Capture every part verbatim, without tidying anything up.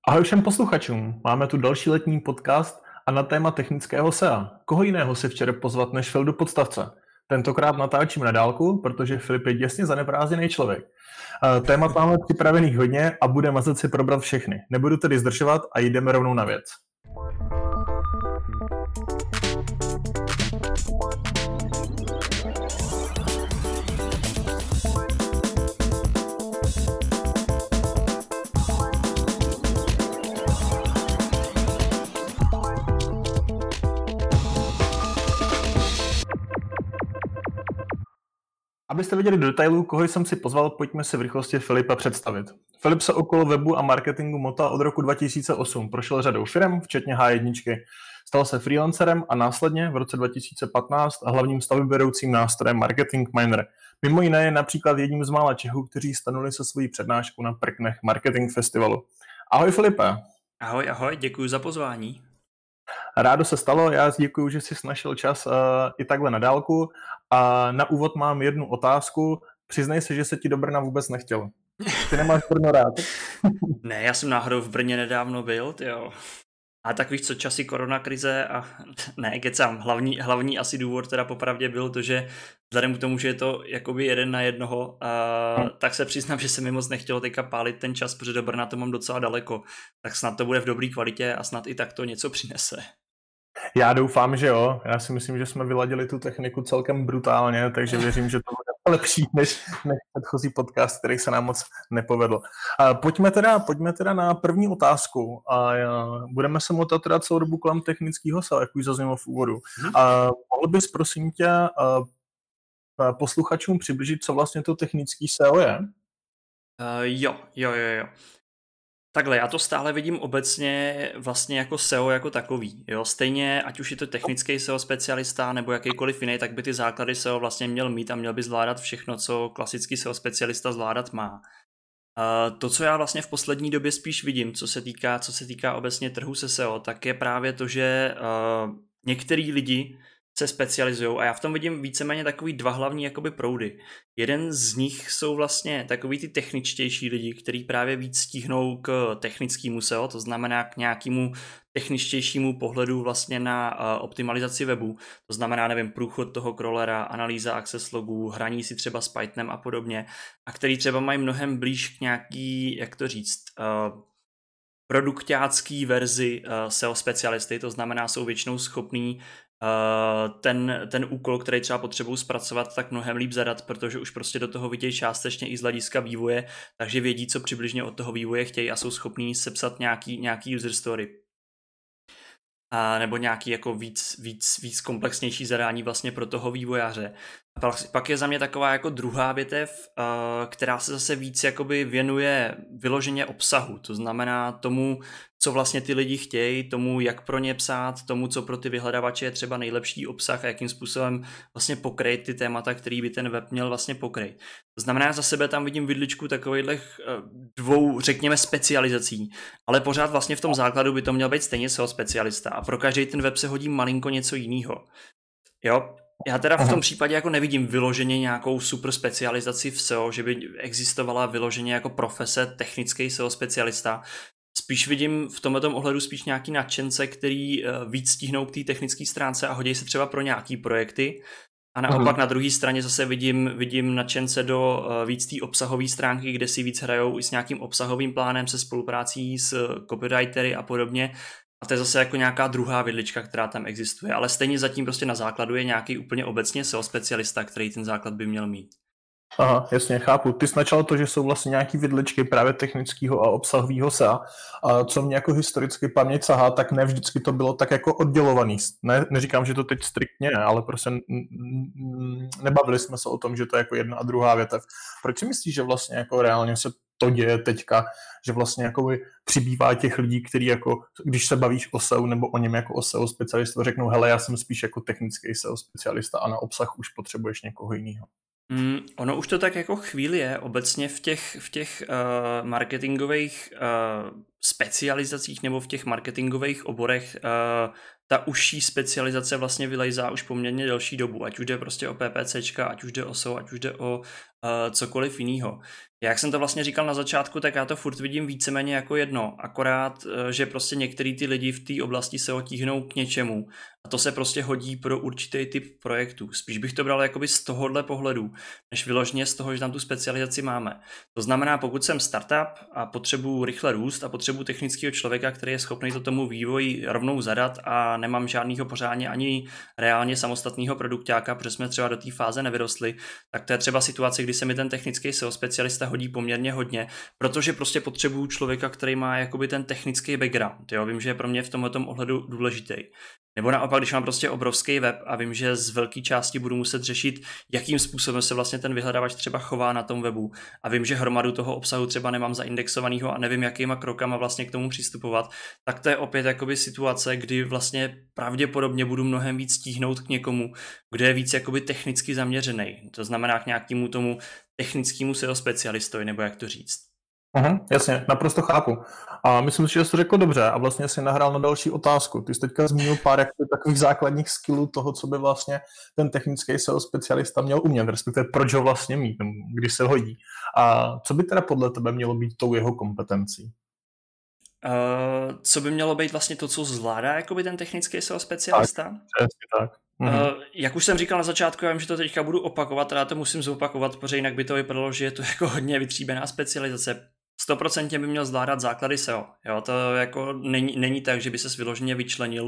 Ahoj všem posluchačům, máme tu další letní podcast a na téma technického S E A. Koho jiného si včera pozvat než Fildu Podstavce? Tentokrát natáčíme na dálku, protože Filip je děsně zaneprázdněný člověk. Témat máme připravených hodně a budeme mazat si probrat všechny. Nebudu tedy zdržovat a jdeme rovnou na věc. Abyste viděli do detailů, koho jsem si pozval, pojďme si v rychlosti Filipa představit. Filip se okolo webu a marketingu motal od roku dva tisíce osm, prošel řadou firem, včetně H jedna. Stal se freelancerem a následně v roce dva tisíce patnáct hlavním stavbyvedoucím nástrojem Marketing Miner. Mimo jiné je například jedním z mála Čechů, kteří stanuli se svojí přednášku na Prknech Marketing Festivalu. Ahoj Filipe. Ahoj, ahoj, děkuji za pozvání. Rádo se stalo, já děkuji, že jsi našel čas uh, i takhle na dálku. A na úvod mám jednu otázku. Přiznej se, že se ti do Brna vůbec nechtělo. Ty nemáš Brno rád? Ne, já jsem náhodou v Brně nedávno byl, tyjo. A tak víš co, časy koronakrize a ne, kecám, hlavní, hlavní asi důvod teda popravdě byl to, že vzhledem k tomu, že je to jakoby jeden na jednoho, a, hmm. tak se přiznám, že se mi moc nechtělo teďka pálit ten čas, protože do Brna to mám docela daleko, tak snad to bude v dobré kvalitě a snad i tak to něco přinese. Já doufám, že jo. Já si myslím, že jsme vyladili tu techniku celkem brutálně, takže věřím, že to bude lepší než, než předchozí podcast, který se nám moc nepovedl. A pojďme, teda, pojďme teda na první otázku. A budeme se motat teda celou dobu kolem technického S E O, jak už zaznělo v úvodu. Hmm. A mohl bys, prosím tě, posluchačům přiblížit, co vlastně to technický S E O je? Uh, jo, jo, jo, jo. Takhle, já to stále vidím obecně vlastně jako S E O jako takový, jo, stejně, ať už je to technický S E O specialista nebo jakýkoliv jiný, tak by ty základy S E O vlastně měl mít a měl by zvládat všechno, co klasický S E O specialista zvládat má. Uh, to, co já vlastně v poslední době spíš vidím, co se týká, co se týká obecně trhu se S E O, tak je právě to, že uh, některý lidi se specializují a já v tom vidím víceméně takový dva hlavní jakoby proudy. Jeden z nich jsou vlastně takový ty techničtější lidi, kteří právě víc stíhnou k technickému S E O, to znamená k nějakému techničtějšímu pohledu vlastně na uh, optimalizaci webu, to znamená, nevím, průchod toho crawlera, analýza access logů, hraní si třeba s Pythonem a podobně, a který třeba mají mnohem blíž k nějaký, jak to říct, uh, produkťácký verzi uh, S E O specialisty, to znamená, jsou většinou schopní Uh, ten, ten úkol, který třeba potřebují zpracovat, tak mnohem líp zadat, protože už prostě do toho vidějí částečně i z hlediska vývoje, takže vědí, co přibližně od toho vývoje chtějí a jsou schopní sepsat nějaký, nějaký user story. A nebo nějaký jako víc, víc, víc komplexnější zadání vlastně pro toho vývojáře. A pak, pak je za mě taková jako druhá větev, uh, která se zase víc jakoby věnuje vyloženě obsahu, to znamená tomu, co vlastně ty lidi chtějí, tomu, jak pro ně psát, tomu, co pro ty vyhledávače je třeba nejlepší obsah a jakým způsobem vlastně pokryt ty témata, který by ten web měl vlastně pokryt. To znamená, za sebe tam vidím vidličku takových dvou, řekněme, specializací, ale pořád vlastně v tom základu by to měl být stejně S E O specialista a pro každý ten web se hodí malinko něco jiného. Jo? Já teda v tom případě jako nevidím vyloženě nějakou super specializaci v S E O, že by existovala vyloženě jako profese technický S E O specialista. Spíš vidím v tomto ohledu spíš nějaký nadšence, který víc stíhnou k té technické stránce a hodí se třeba pro nějaký projekty. A naopak na druhé straně zase vidím, vidím nadšence do víc té obsahové stránky, kde si víc hrajou i s nějakým obsahovým plánem, se spoluprácí s copywritery a podobně. A to je zase jako nějaká druhá vidlička, která tam existuje. Ale stejně zatím prostě na základu je nějaký úplně obecně S E O specialista, který ten základ by měl mít. Aha, jasně, chápu. Ty jsi načal to, že jsou vlastně nějaký vidličky právě technického a obsahového S E A. A co mě jako historicky paměť sahá, tak ne vždycky to bylo tak jako oddělovaný. Ne, neříkám, že to teď striktně ne, ale prostě nebavili jsme se o tom, že to je jako jedna a druhá větev. Proč si myslíš, že vlastně jako reálně se to děje teďka, že vlastně jako přibývá těch lidí, kteří jako, když se bavíš o S E O nebo o něm jako o S E O specialistu, řeknou, hele, já jsem spíš jako technický S E O specialista a na obsah už potřebuješ někoho jiného. Mm, ono už to tak jako chvíli je obecně v těch, v těch uh, marketingových uh, specializacích nebo v těch marketingových oborech uh, ta užší specializace vlastně vylejzá už poměrně delší dobu, ať už jde prostě o PPCčka, ať už jde o S E O, ať už jde o uh, cokoliv jiného. Jak jsem to vlastně říkal na začátku, tak já to furt vidím víceméně jako jedno, akorát, že prostě některý ty lidi v té oblasti se otíhnou k něčemu a to se prostě hodí pro určitý typ projektů. Spíš bych to bral jakoby z tohohle pohledu, než vyloženě z toho, že tam tu specializaci máme. To znamená, pokud jsem startup a potřebuji rychle růst a potřebuji technického člověka, který je schopný to tomu vývoji rovnou zadat a nemám žádného pořádně ani reálně samostatného produkťáka, protože jsme třeba do té fáze nevyrostli, tak to je třeba situace, kdy se mi ten technický S E O specialista hodí poměrně hodně, protože prostě potřebuju člověka, který má jakoby ten technický background. Jo? Vím, že je pro mě v tomhle ohledu důležitý. Nebo naopak, když mám prostě obrovský web a vím, že z velké části budu muset řešit, jakým způsobem se vlastně ten vyhledávač třeba chová na tom webu a vím, že hromadu toho obsahu třeba nemám zaindexovanýho a nevím, jakýma krokama vlastně k tomu přistupovat, tak to je opět jakoby situace, kdy vlastně pravděpodobně budu mnohem víc stíhnout k někomu, kdo je víc jakoby technicky zaměřený. To znamená k nějakému tomu technickému S E O specialistovi, nebo jak to říct. Uhum, jasně, naprosto chápu. A myslím si, že jsi to řekl dobře a vlastně si nahrál na další otázku. Ty jsi teďka zmínil pár jako takových základních skillů toho, co by vlastně ten technický S E O specialista měl umět, respektive proč ho vlastně mít, když se hodí. A co by teda podle tebe mělo být tou jeho kompetencí? Uh, co by mělo být vlastně to, co zvládá jakoby ten technický S E O specialista? Tak, přesně tak. Mhm. Uh, jak už jsem říkal na začátku, já vím, že to teďka budu opakovat, ale já to musím zopakovat, protože jinak by to vypadalo, že je to jako hodně vytříbená specializace. sto procent by měl zvládat základy S E O. Jo, to jako není, není tak, že by ses vyloženě vyčlenil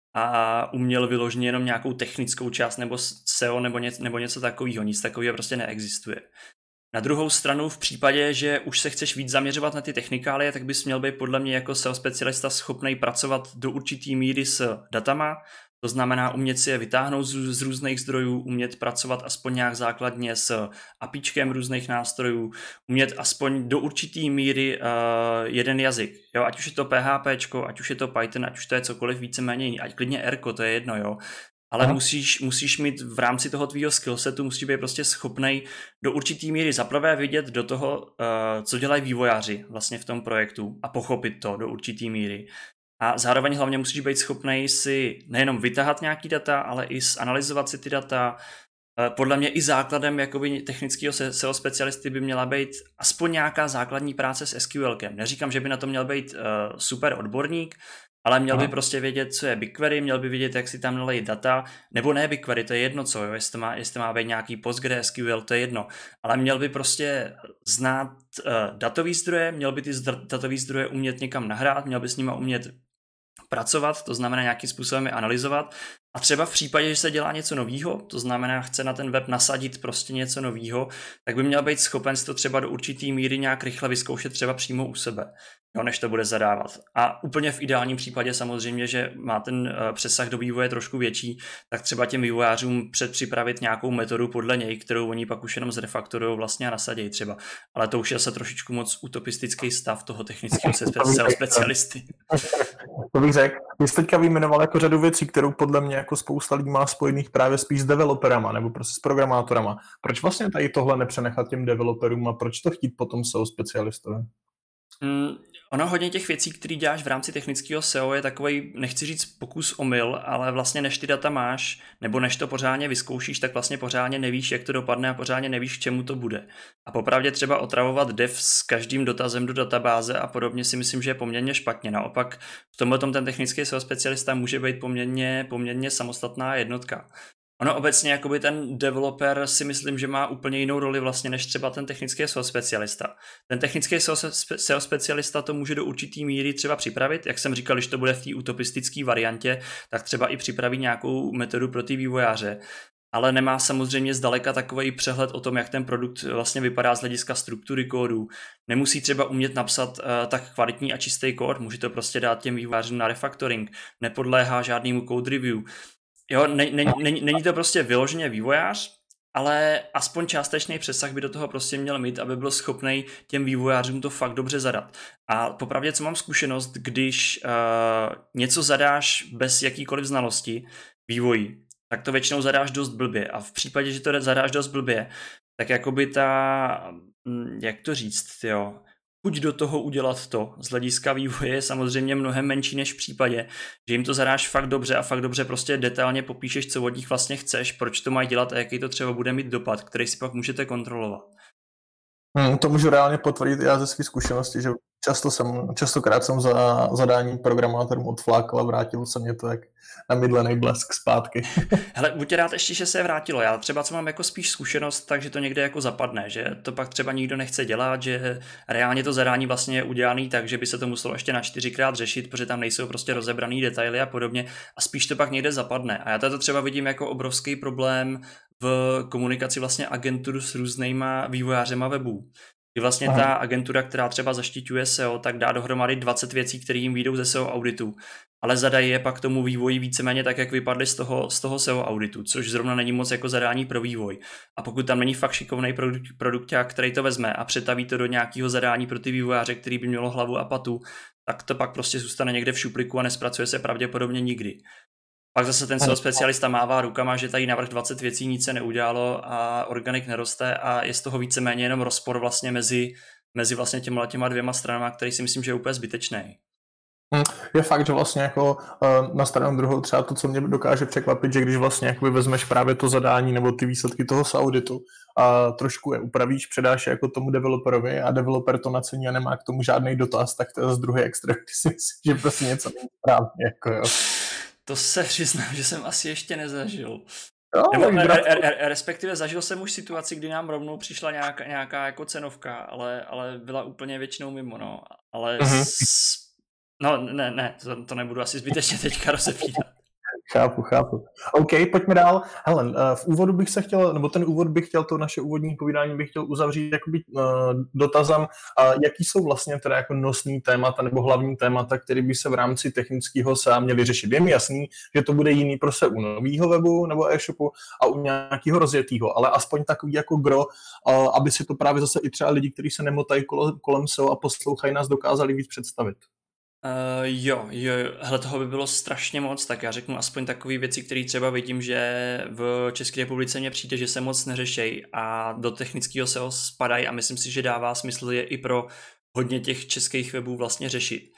a uměl vyloženě jenom nějakou technickou část nebo S E O nebo, ně, nebo něco takového. Nic takového prostě neexistuje. Na druhou stranu v případě, že už se chceš víc zaměřovat na ty technikálie, tak bys měl být podle mě jako S E O specialista schopný pracovat do určitý míry s datama. To znamená umět si je vytáhnout z, z různých zdrojů, umět pracovat aspoň nějak základně s APIčkem různých nástrojů, umět aspoň do určitý míry uh, jeden jazyk. Jo? Ať už je to PHPčko, ať už je to Python, ať už to je cokoliv víceméně, ať klidně Rko, to je jedno, jo. Ale musíš, musíš mít v rámci toho tvýho skillsetu, musíš být prostě schopnej do určitý míry zaprvé vidět do toho, uh, co dělají vývojáři vlastně v tom projektu a pochopit to do určitý míry. A zároveň hlavně musíš být schopnej si nejenom vytahat nějaký data, ale i zanalyzovat si ty data. Podle mě i základem jakoby technického S E O specialisty by měla být aspoň nějaká základní práce s SQLkem. Neříkám, že by na to měl být uh, super odborník, ale měl by prostě vědět, co je BigQuery, měl by vědět, jak si tam nalejit data, nebo ne BigQuery, to je jedno co, jo? Jestli, to má, jestli to má být nějaký PostgreSQL, to je jedno, ale měl by prostě znát uh, datový zdroje, měl by ty zdr- datový zdroje umět někam nahrát, měl by s nima umět pracovat, to znamená nějakým způsobem je analyzovat a třeba v případě, že se dělá něco novýho, to znamená chce na ten web nasadit prostě něco novýho, tak by měl být schopen si to třeba do určitý míry nějak rychle vyzkoušet třeba přímo u sebe, jo, než to bude zadávat. A úplně v ideálním případě samozřejmě, že má ten uh, přesah do vývoje trošku větší, tak třeba těm vývojářům předpřipravit nějakou metodu podle něj, kterou oni pak už jenom zrefaktorujou vlastně a nasadějí třeba. Ale to už je se trošičku moc utopistický stav toho technického S E O specialisty. To bych řekl. Vy jste teďka vyjmenoval jako řadu věcí, kterou podle mě jako spousta lidí má spojených právě spíš s developerama nebo prostě s programátorama. Proč vlastně tady tohle nepřenechat těm developerům a proč to chtít potom S E O specialistovi? Mm, ono hodně těch věcí, které děláš v rámci technického S E O je takovej, nechci říct pokus omyl, ale vlastně než ty data máš, nebo než to pořádně vyzkoušíš, tak vlastně pořádně nevíš, jak to dopadne a pořádně nevíš, k čemu to bude. A popravdě třeba otravovat dev s každým dotazem do databáze a podobně si myslím, že je poměrně špatně. Naopak v tomhle tom ten technický S E O specialista může být poměrně, poměrně samostatná jednotka. Ono obecně jakoby ten developer si myslím, že má úplně jinou roli vlastně než třeba ten technický S E O specialista. Ten technický S E O specialista to může do určitý míry třeba připravit, jak jsem říkal, když to bude v té utopistické variantě, tak třeba i připraví nějakou metodu pro ty vývojáře, ale nemá samozřejmě zdaleka takový přehled o tom, jak ten produkt vlastně vypadá z hlediska struktury kódu. Nemusí třeba umět napsat uh, tak kvalitní a čistý kód, může to prostě dát těm vývojářům na refactoring, nepodléhá žádnému code review. Jo, ne, ne, ne, není to prostě vyloženě vývojář, ale aspoň částečný přesah by do toho prostě měl mít, aby byl schopný těm vývojářům to fakt dobře zadat. A popravdě, co mám zkušenost, když uh, něco zadáš bez jakýkoliv znalosti vývoji, tak to většinou zadáš dost blbě. A v případě, že to zadáš dost blbě, tak jakoby ta, jak to říct, jo, chuť do toho udělat to z hlediska vývoje je samozřejmě mnohem menší než v případě, že jim to zadáš fakt dobře a fakt dobře prostě detailně popíšeš, co od nich vlastně chceš, proč to mají dělat a jaký to třeba bude mít dopad, který si pak můžete kontrolovat. Hmm, to můžu reálně potvrdit já ze své zkušenosti, že často jsem, častokrát jsem za zadání programátorům odflákal a vrátilo se mě to jak namydlený blesk zpátky. Hele, buď rád ještě, že se vrátilo. Já třeba co mám jako spíš zkušenost, takže to někde jako zapadne, že to pak třeba nikdo nechce dělat, že reálně to zadání vlastně je udělaný tak, že by se to muselo ještě na čtyřikrát řešit, protože tam nejsou prostě rozebraný detaily a podobně a spíš to pak někde zapadne. A já to třeba vidím jako obrovský problém v komunikaci vlastně agentur s různýma vývojářema webů. Kdy vlastně Aha. ta agentura, která třeba zaštiťuje S E O, tak dá dohromady dvacet věcí, které jim vyjdou ze S E O auditu, ale zadají je pak tomu vývoji víceméně tak, jak vypadly z toho, z toho S E O auditu, což zrovna není moc jako zadání pro vývoj. A pokud tam není fakt šikovný produkt, produkták, který to vezme a přetaví to do nějakého zadání pro ty vývojáře, který by mělo hlavu a patu, tak to pak prostě zůstane někde v šupliku a nespracuje se pravděpodobně nikdy. Pak zase ten S E O specialista mává rukama, že tady navrch dvacet věcí, nic se neudělalo a organik neroste a je z toho víceméně jenom rozpor vlastně mezi, mezi vlastně těma, těma dvěma stranama, který si myslím, že je úplně zbytečný. Je fakt, že vlastně jako na stranu druhou třeba to, co mě dokáže překvapit, že když vlastně jakoby vezmeš právě to zadání nebo ty výsledky toho z auditu a trošku je upravíš, předáš je jako tomu developerovi a developer to nacení a nemá k tomu žádný dotaz, tak to je z druhé extrém, když si myslím, že prostě něco není správně. Jako jo. To se přiznám, že jsem asi ještě nezažil. Jo, Nebo, brat... re, re, respektive zažil jsem už situaci, kdy nám rovnou přišla nějaká, nějaká jako cenovka, ale, ale byla úplně většinou mimo, no. Ale Mhm. s... no ne, ne, to, to nebudu asi zbytečně teďka rozepírat. Chápu, chápu. OK, pojďme dál. Helen, v úvodu bych se chtěl, nebo ten úvod bych chtěl, to naše úvodní povídání bych chtěl uzavřít jakoby uh, dotazem, uh, jaký jsou vlastně teda jako nosný témata nebo hlavní témata, které by se v rámci technického S E A měly řešit. Je mi jasný, že to bude jiný prostě u nového webu nebo e-shopu a u nějakého rozjetého, ale aspoň takový jako gro, uh, aby si to právě zase i třeba lidi, kteří se nemotají kolem S E O a poslouchají nás, dokázali víc představit. Uh, jo, jo, hele, toho by bylo strašně moc, tak já řeknu aspoň takové věci, které třeba vidím, že v České republice mně přijde, že se moc neřešejí a do technického S E O spadají a myslím si, že dává smysl je i pro hodně těch českých webů vlastně řešit.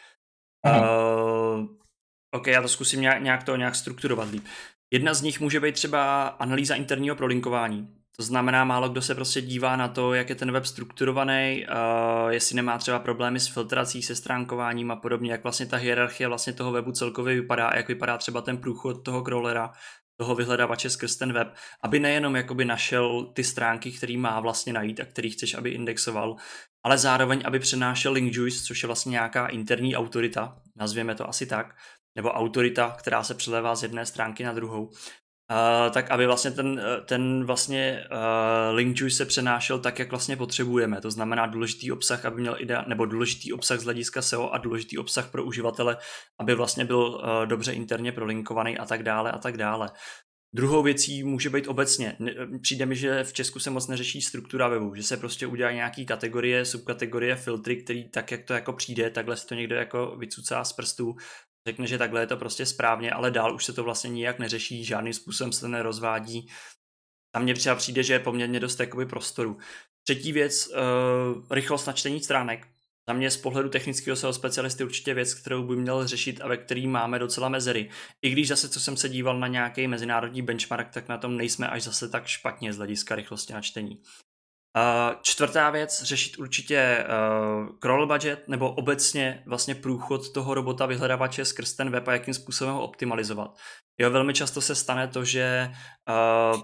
Uh, ok, já to zkusím nějak, nějak to nějak strukturovat líp. Jedna z nich může být třeba analýza interního prolinkování. To znamená, málo kdo se prostě dívá na to, jak je ten web strukturovaný, uh, jestli nemá třeba problémy s filtrací, se stránkováním a podobně, jak vlastně ta hierarchie vlastně toho webu celkově vypadá a jak vypadá třeba ten průchod toho crawlera, toho vyhledávače skrz ten web, aby nejenom jakoby našel ty stránky, který má vlastně najít a který chceš, aby indexoval, ale zároveň, aby přenášel link juice, což je vlastně nějaká interní autorita, nazvěme to asi tak, nebo autorita, která se přelévá z jedné stránky na druhou. Uh, tak aby vlastně ten, ten vlastně uh, link juice se přenášel tak, jak vlastně potřebujeme. To znamená důležitý obsah, aby měl idea, nebo důležitý obsah z hlediska S E O a důležitý obsah pro uživatele, aby vlastně byl uh, dobře interně prolinkovaný a tak dále a tak dále. Druhou věcí může být obecně. Přijde mi, že v Česku se moc neřeší struktura webu, že se prostě udělá nějaký kategorie, subkategorie, filtry, který tak, jak to jako přijde, takhle se to někdo jako vycucá z prstů, řekne, že takhle je to prostě správně, ale dál už se to vlastně nijak neřeší, žádným způsobem se to nerozvádí. Tam mně třeba přijde, že je poměrně dost jakoby prostoru. Třetí věc, uh, rychlost načtení stránek. Za mě z pohledu technického S E O specialisty určitě věc, kterou by měl řešit a ve který máme docela mezery. I když zase, co jsem se díval na nějaký mezinárodní benchmark, tak na tom nejsme až zase tak špatně z hlediska rychlosti načtení. Uh, čtvrtá věc, řešit určitě uh, crawl budget nebo obecně vlastně průchod toho robota vyhledávače skrz ten web a jakým způsobem ho optimalizovat. Jo, velmi často se stane to, že uh,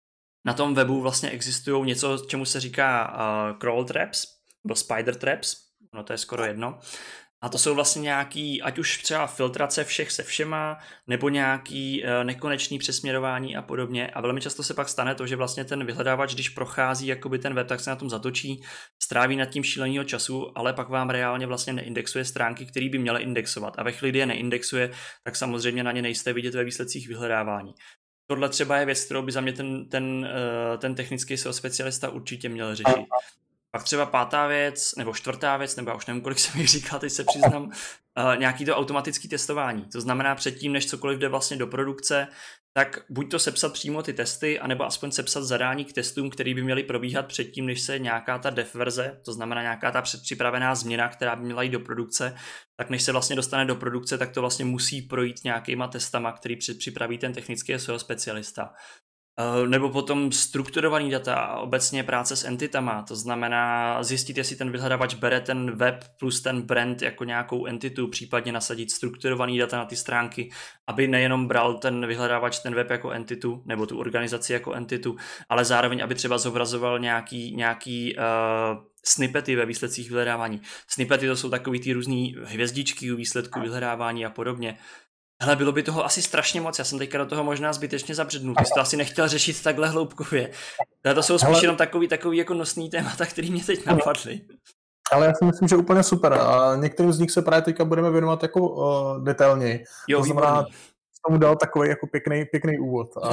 na tom webu vlastně existují něco, čemu se říká uh, crawl traps nebo spider traps, no to je skoro jedno. A to jsou vlastně nějaký, ať už třeba filtrace všech se všema, nebo nějaký e, nekonečný přesměrování a podobně. A velmi často se pak stane to, že vlastně ten vyhledávač, když prochází jakoby ten web, tak se na tom zatočí, stráví nad tím šílenýho času, ale pak vám reálně vlastně neindexuje stránky, které by měly indexovat. A ve chvíli, kdy je neindexuje, tak samozřejmě na ně nejste vidět ve výsledcích vyhledávání. Tohle třeba je věc, kterou by za mě ten, ten, ten technický S E O specialista určitě měl řešit. Pak třeba pátá věc, nebo čtvrtá věc, nebo já už nevím, kolik jsem jich říkal, teď se přiznám, uh, nějaký to automatické testování. To znamená předtím, než cokoliv jde vlastně do produkce, tak buď to sepsat přímo ty testy, anebo aspoň sepsat zadání k testům, které by měly probíhat předtím, než se nějaká ta dev verze, to znamená nějaká ta předpřipravená změna, která by měla jít do produkce, tak než se vlastně dostane do produkce, tak to vlastně musí projít nějakýma testama, který předpřipraví ten technický S E O specialista. Nebo potom strukturovaný data a obecně práce s entitama, to znamená zjistit, jestli ten vyhledávač bere ten web plus ten brand jako nějakou entitu, případně nasadit strukturovaný data na ty stránky, aby nejenom bral ten vyhledávač ten web jako entitu, nebo tu organizaci jako entitu, ale zároveň, aby třeba zobrazoval nějaký, nějaký uh, snippety ve výsledcích vyhledávání. Snippety to jsou takový ty různý hvězdičky u výsledku vyhledávání a podobně. Hele, bylo by toho asi strašně moc, já jsem teďka do toho možná zbytečně zabřednul, ty jsi to asi nechtěl řešit takhle hloubkově. Ale to jsou spíš jenom takový, takový jako nosný témata, který mě teď napadly. Ale já si myslím, že úplně super a některým z nich se právě teďka budeme věnovat jako uh, detailněji. Jo, to znamená, výborný. tomu dal takový jako pěkný, pěkný úvod. A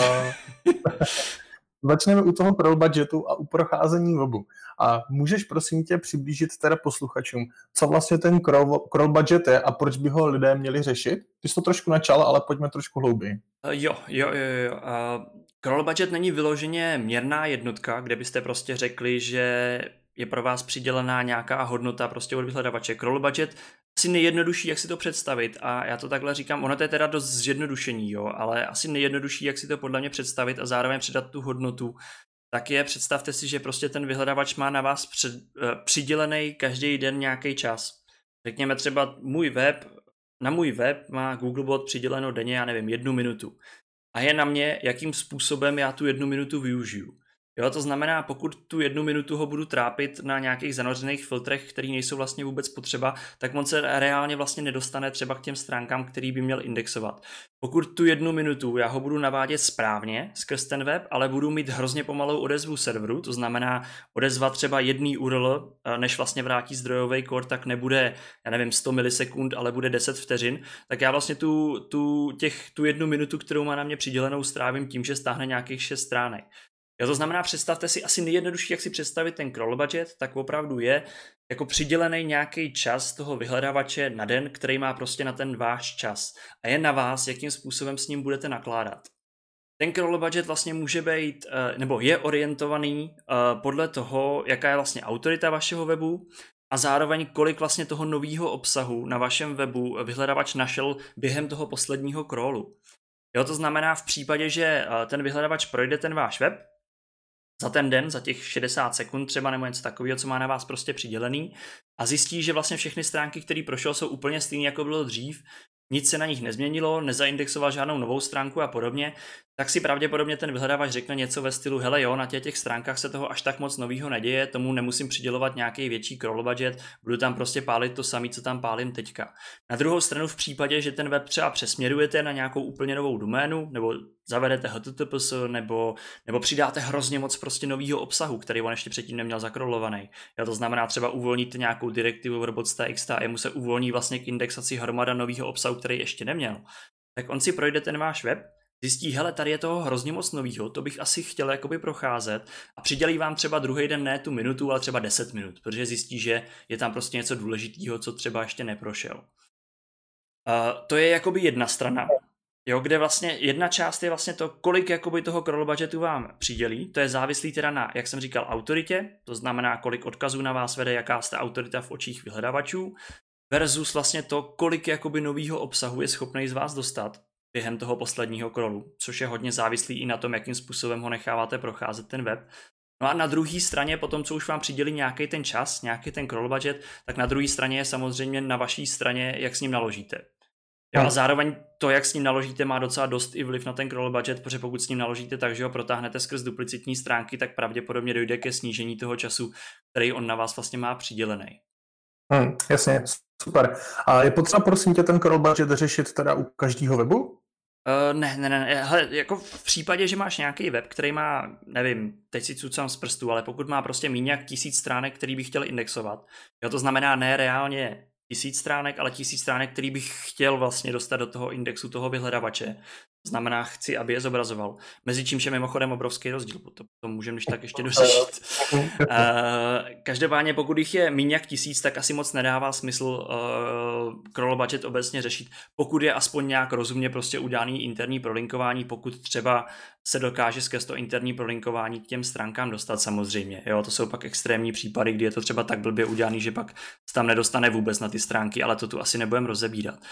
začneme u toho crawl budgetu a u procházení webu. A můžeš prosím tě přiblížit teda posluchačům, co vlastně ten crawl, crawl budget je a proč by ho lidé měli řešit? Ty jsi to trošku načal, ale pojďme trošku hlouběji. Uh, jo, jo, jo, jo. Uh, crawl budget není vyloženě měrná jednotka, kde byste prostě řekli, že je pro vás přidělená nějaká hodnota prostě od vyhledavače. Crawl budget asi nejjednodušší, jak si to představit, a já to takhle říkám, ono to je teda dost zjednodušení, jo, ale asi nejjednodušší, jak si to podle mě představit a zároveň předat tu hodnotu, tak je, představte si, že prostě ten vyhledavač má na vás před, uh, přidělený každý den nějaký čas. Řekněme třeba můj web, na můj web má Googlebot přiděleno denně, já nevím, jednu minutu. A je na mě, jakým způsobem já tu jednu minutu využiju. Jo, to znamená, pokud tu jednu minutu ho budu trápit na nějakých zanořených filtrech, které nejsou vlastně vůbec potřeba, tak on se reálně vlastně nedostane třeba k těm stránkám, který by měl indexovat. Pokud tu jednu minutu já ho budu navádět správně skrz ten web, ale budu mít hrozně pomalou odezvu serveru, to znamená odezva třeba jedný U R L, než vlastně vrátí zdrojový kód, tak nebude, já nevím, sto milisekund, ale bude deset vteřin, tak já vlastně tu, tu, těch, tu jednu minutu, kterou má na mě přidělenou, strávím tím, že stáhne nějakých šest stránek. Jo, to znamená, představte si, asi nejjednodušší, jak si představit ten crawl budget, tak opravdu je jako přidělený nějaký čas toho vyhledávače na den, který má prostě na ten váš čas. A je na vás, jakým způsobem s ním budete nakládat. Ten crawl budget vlastně může být, nebo je orientovaný podle toho, jaká je vlastně autorita vašeho webu a zároveň kolik vlastně toho nového obsahu na vašem webu vyhledávač našel během toho posledního crawlu. Jo, to znamená v případě, že ten vyhledávač projde ten váš web, za ten den, za těch šedesát sekund třeba nebo něco takového, co má na vás prostě přidělený a zjistí, že vlastně všechny stránky, které prošel, jsou úplně stejné, jako bylo dřív, nic se na nich nezměnilo, nezaindexoval žádnou novou stránku a podobně, tak si pravděpodobně ten vyhledávač řekne něco ve stylu hele jo, na těch, těch stránkách se toho až tak moc novýho neděje, tomu nemusím přidělovat nějaký větší crawl budget, budu tam prostě pálit to samé, co tam pálím teďka. Na druhou stranu v případě, že ten web třeba přesměrujete na nějakou úplně novou doménu, nebo zavedete H T T P S, nebo, nebo přidáte hrozně moc prostě novýho obsahu, který on ještě předtím neměl zakrolovaný. Jo, to znamená třeba uvolníte nějakou direktivu v robots.txt a jemu se uvolní vlastně k indexaci hromada novýho obsahu, který ještě neměl. Tak on si projde ten váš web, zjistí, hele, tady je toho hrozně moc novýho, to bych asi chtěl jakoby procházet a přidělí vám třeba druhý den ne tu minutu, ale třeba deset minut, protože zjistí, že je tam prostě něco důležitého, co třeba ještě neprošel. Uh, to je jakoby jedna strana, jo, kde vlastně jedna část je vlastně to, kolik jakoby toho crawl budgetu vám přidělí, to je závislý teda na, jak jsem říkal, autoritě, to znamená, kolik odkazů na vás vede, jaká jste autorita v očích vyhledavačů, versus vlastně to, kolik jakoby novýho obsahu je schopný z vás dostat během toho posledního crawlu, což je hodně závislý i na tom, jakým způsobem ho necháváte procházet ten web. No a na druhé straně, potom, co už vám přidělí nějaký ten čas, nějaký ten crawl budget, tak na druhé straně je samozřejmě na vaší straně, jak s ním naložíte. Jo, a zároveň to, jak s ním naložíte, má docela dost i vliv na ten crawl budget, protože pokud s ním naložíte tak, že ho protáhnete skrz duplicitní stránky, tak pravděpodobně dojde ke snížení toho času, který on na vás vlastně má přidělený. Hmm, jasně, super. A je potřeba, prosím tě, ten crawl budget řešit teda u každého webu? Uh, ne, ne, ne, hele, jako v případě, že máš nějaký web, který má, nevím, teď si cucám z prstu, ale pokud má prostě méně jak tisíc stránek, který bych chtěl indexovat, jo, to znamená ne reálně tisíc stránek, ale tisíc stránek, který bych chtěl vlastně dostat do toho indexu toho vyhledavače. To znamená, chci, aby je zobrazoval. Mezi čímž je mimochodem obrovský rozdíl, to, to můžeme když tak ještě dořešit. Uh, každopádně, pokud jich je méně jak tisíc, tak asi moc nedává smysl uh, crawl budget obecně řešit, pokud je aspoň nějak rozumně prostě udělaný interní prolinkování, pokud třeba se dokáže skrz to interní prolinkování k těm stránkám dostat samozřejmě. Jo, to jsou pak extrémní případy, kdy je to třeba tak blbě udělaný, že pak se tam nedostane vůbec na ty stránky, ale to tu asi nebudeme rozebírat.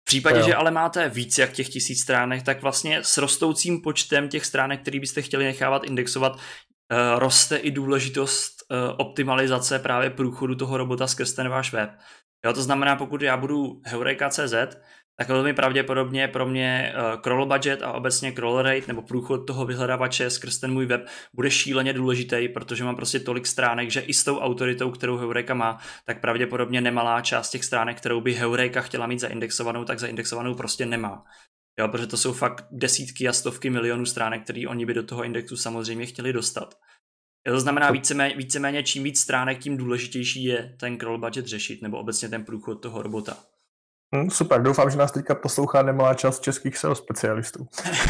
V případě, Jo. že ale máte víc jak těch tisíc stránek, tak vlastně s rostoucím počtem těch stránek, který byste chtěli nechávat indexovat, uh, roste i důležitost uh, optimalizace právě průchodu toho robota skrz ten váš web. Jo, to znamená, pokud já budu Heureka tečka cé zet, tak velmi pravděpodobně pro mě uh, crawl budget a obecně crawl rate nebo průchod toho vyhledávače skrz ten můj web bude šíleně důležitý, protože mám prostě tolik stránek, že i s tou autoritou, kterou Heureka má, tak pravděpodobně nemalá část těch stránek, kterou by Heureka chtěla mít zaindexovanou, tak zaindexovanou prostě nemá. Jo, protože to jsou fakt desítky a stovky milionů stránek, které oni by do toho indexu samozřejmě chtěli dostat. To znamená víceméně, víceméně čím víc stránek, tím důležitější je ten crawl budget řešit, nebo obecně ten průchod toho robota. Hmm, super, doufám, že nás teďka poslouchá nemalá část českých S E O specialistů.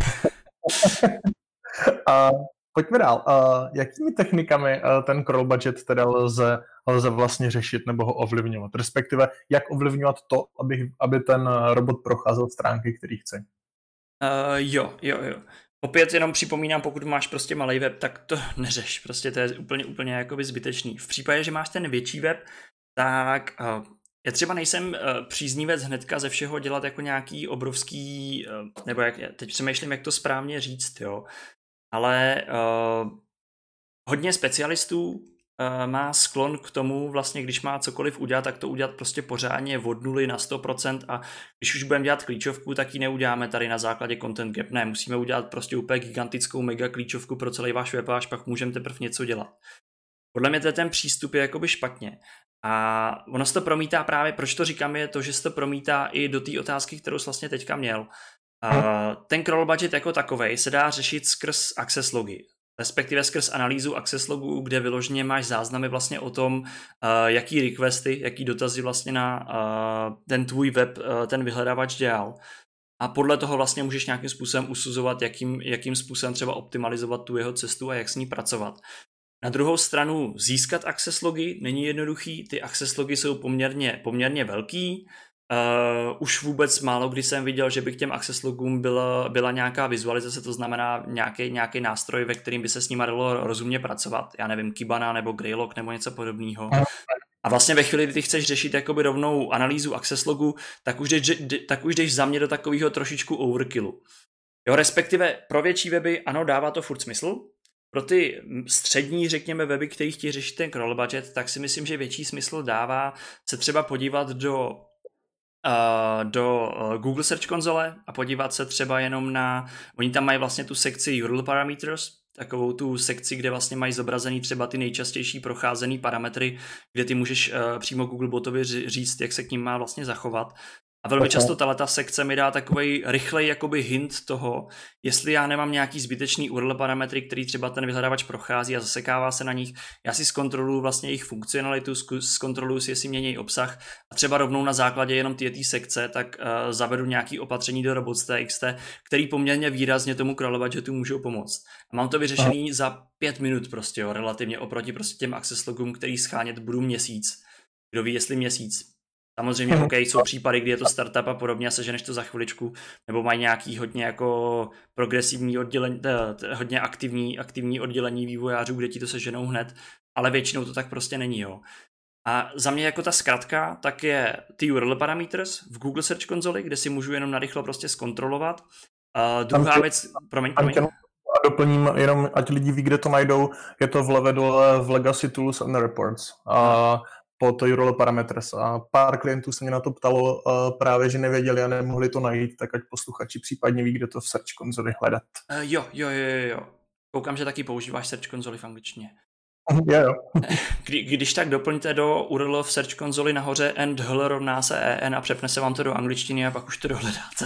A pojďme dál. A jakými technikami ten crawl budget teda lze, lze vlastně řešit nebo ho ovlivňovat? Respektive, jak ovlivňovat to, aby, aby ten robot procházel stránky, který chce? Uh, jo, jo, jo. Opět jenom připomínám, pokud máš prostě malý web, tak to neřeš. Prostě to je úplně, úplně jakoby zbytečný. V případě, že máš ten větší web, tak uh, já třeba nejsem uh, příznivec hnedka ze všeho dělat jako nějaký obrovský, uh, nebo jak, teď přemýšlím, jak to správně říct, jo. Ale uh, hodně specialistů uh, má sklon k tomu, vlastně když má cokoliv udělat, tak to udělat prostě pořádně od nuly na sto procent a když už budeme dělat klíčovku, tak ji neuděláme tady na základě Content Gap. Ne, musíme udělat prostě úplně gigantickou mega klíčovku pro celý váš web a až pak můžeme teprve něco dělat. Podle mě ten přístup je jakoby špatně. A ono se to promítá právě, proč to říkám, je to, že se to promítá i do té otázky, kterou jsi vlastně teďka měl. Uh, ten crawl budget jako takovej se dá řešit skrz access logy, respektive skrz analýzu access logů, kde vyloženě máš záznamy vlastně o tom, uh, jaký requesty, jaký dotazy vlastně na uh, ten tvůj web, uh, ten vyhledávač dělal. A podle toho vlastně můžeš nějakým způsobem usuzovat, jakým, jakým způsobem třeba optimalizovat tu jeho cestu a jak s ní pracovat. Na druhou stranu získat access logy není jednoduchý, ty access logy jsou poměrně, poměrně velký. Uh, už vůbec málo kdy jsem viděl, že by k těm access logům byla, byla nějaká vizualizace, to znamená nějaký, nějaký nástroj, ve kterým by se s nimi dalo rozumně pracovat. Já nevím, Kibana nebo Greylog nebo něco podobného. A vlastně ve chvíli, kdy ty chceš řešit jakoby rovnou analýzu access logu, tak už jdeš, tak už jdeš za mě do takového trošičku overkillu. Jo, respektive pro větší weby, ano, dává to furt smysl. Pro ty střední, řekněme, weby, který chtějí řešit ten crawl budget, tak si myslím, že větší smysl dává se třeba podívat do Uh, do uh, Google Search konzole a podívat se třeba jenom na, oni tam mají vlastně tu sekci U R L parameters, takovou tu sekci, kde vlastně mají zobrazený třeba ty nejčastější procházený parametry, kde ty můžeš uh, přímo Googlebotovi říct, jak se k ním má vlastně zachovat. A velmi okay. často tato sekce mi dá takovej rychlej jakoby hint toho, jestli já nemám nějaký zbytečný U R L parametry, který třeba ten vyhledávač prochází a zasekává se na nich. Já si zkontroluju vlastně jejich funkcionalitu, zkontroluju si, jestli mění obsah a třeba rovnou na základě jenom této sekce, tak uh, zavedu nějaký opatření do robots.txt, který poměrně výrazně tomu crawl budgetu můžou pomoct. A mám to vyřešený Aha. za pět minut prostě, jo, relativně oproti prostě těm access logům, který schánět budu měsíc. Kdo ví, jestli měsíc. Samozřejmě, OK, jsou případy, kdy je to startup a podobně a seženeš to za chviličku, nebo mají nějaký hodně jako progresivní oddělení, hodně aktivní, aktivní oddělení vývojářů, kde ti to seženou hned, ale většinou to tak prostě není, jo. A za mě jako ta zkratka, tak je ty U R L parameters v Google Search konzoli, kde si můžu jenom narychlo prostě zkontrolovat. A druhá tě, věc, promiň, promiň. A doplním jenom, ať lidi ví, kde to najdou, je to vleve dole v Legacy Tools and Reports. A pod U R L parameters. A pár klientů se mě na to ptalo uh, právě, že nevěděli a nemohli to najít, tak ať posluchači případně ví, kde to v Search konzoli hledat. Uh, jo, jo, jo, jo. Koukám, že taky používáš Search konzoli v angličtině. Jo, jo. Kdy, když tak doplňte do U R L v Search konzoli nahoře and hl rovná se en a přepne se vám to do angličtiny a pak už to dohledáte.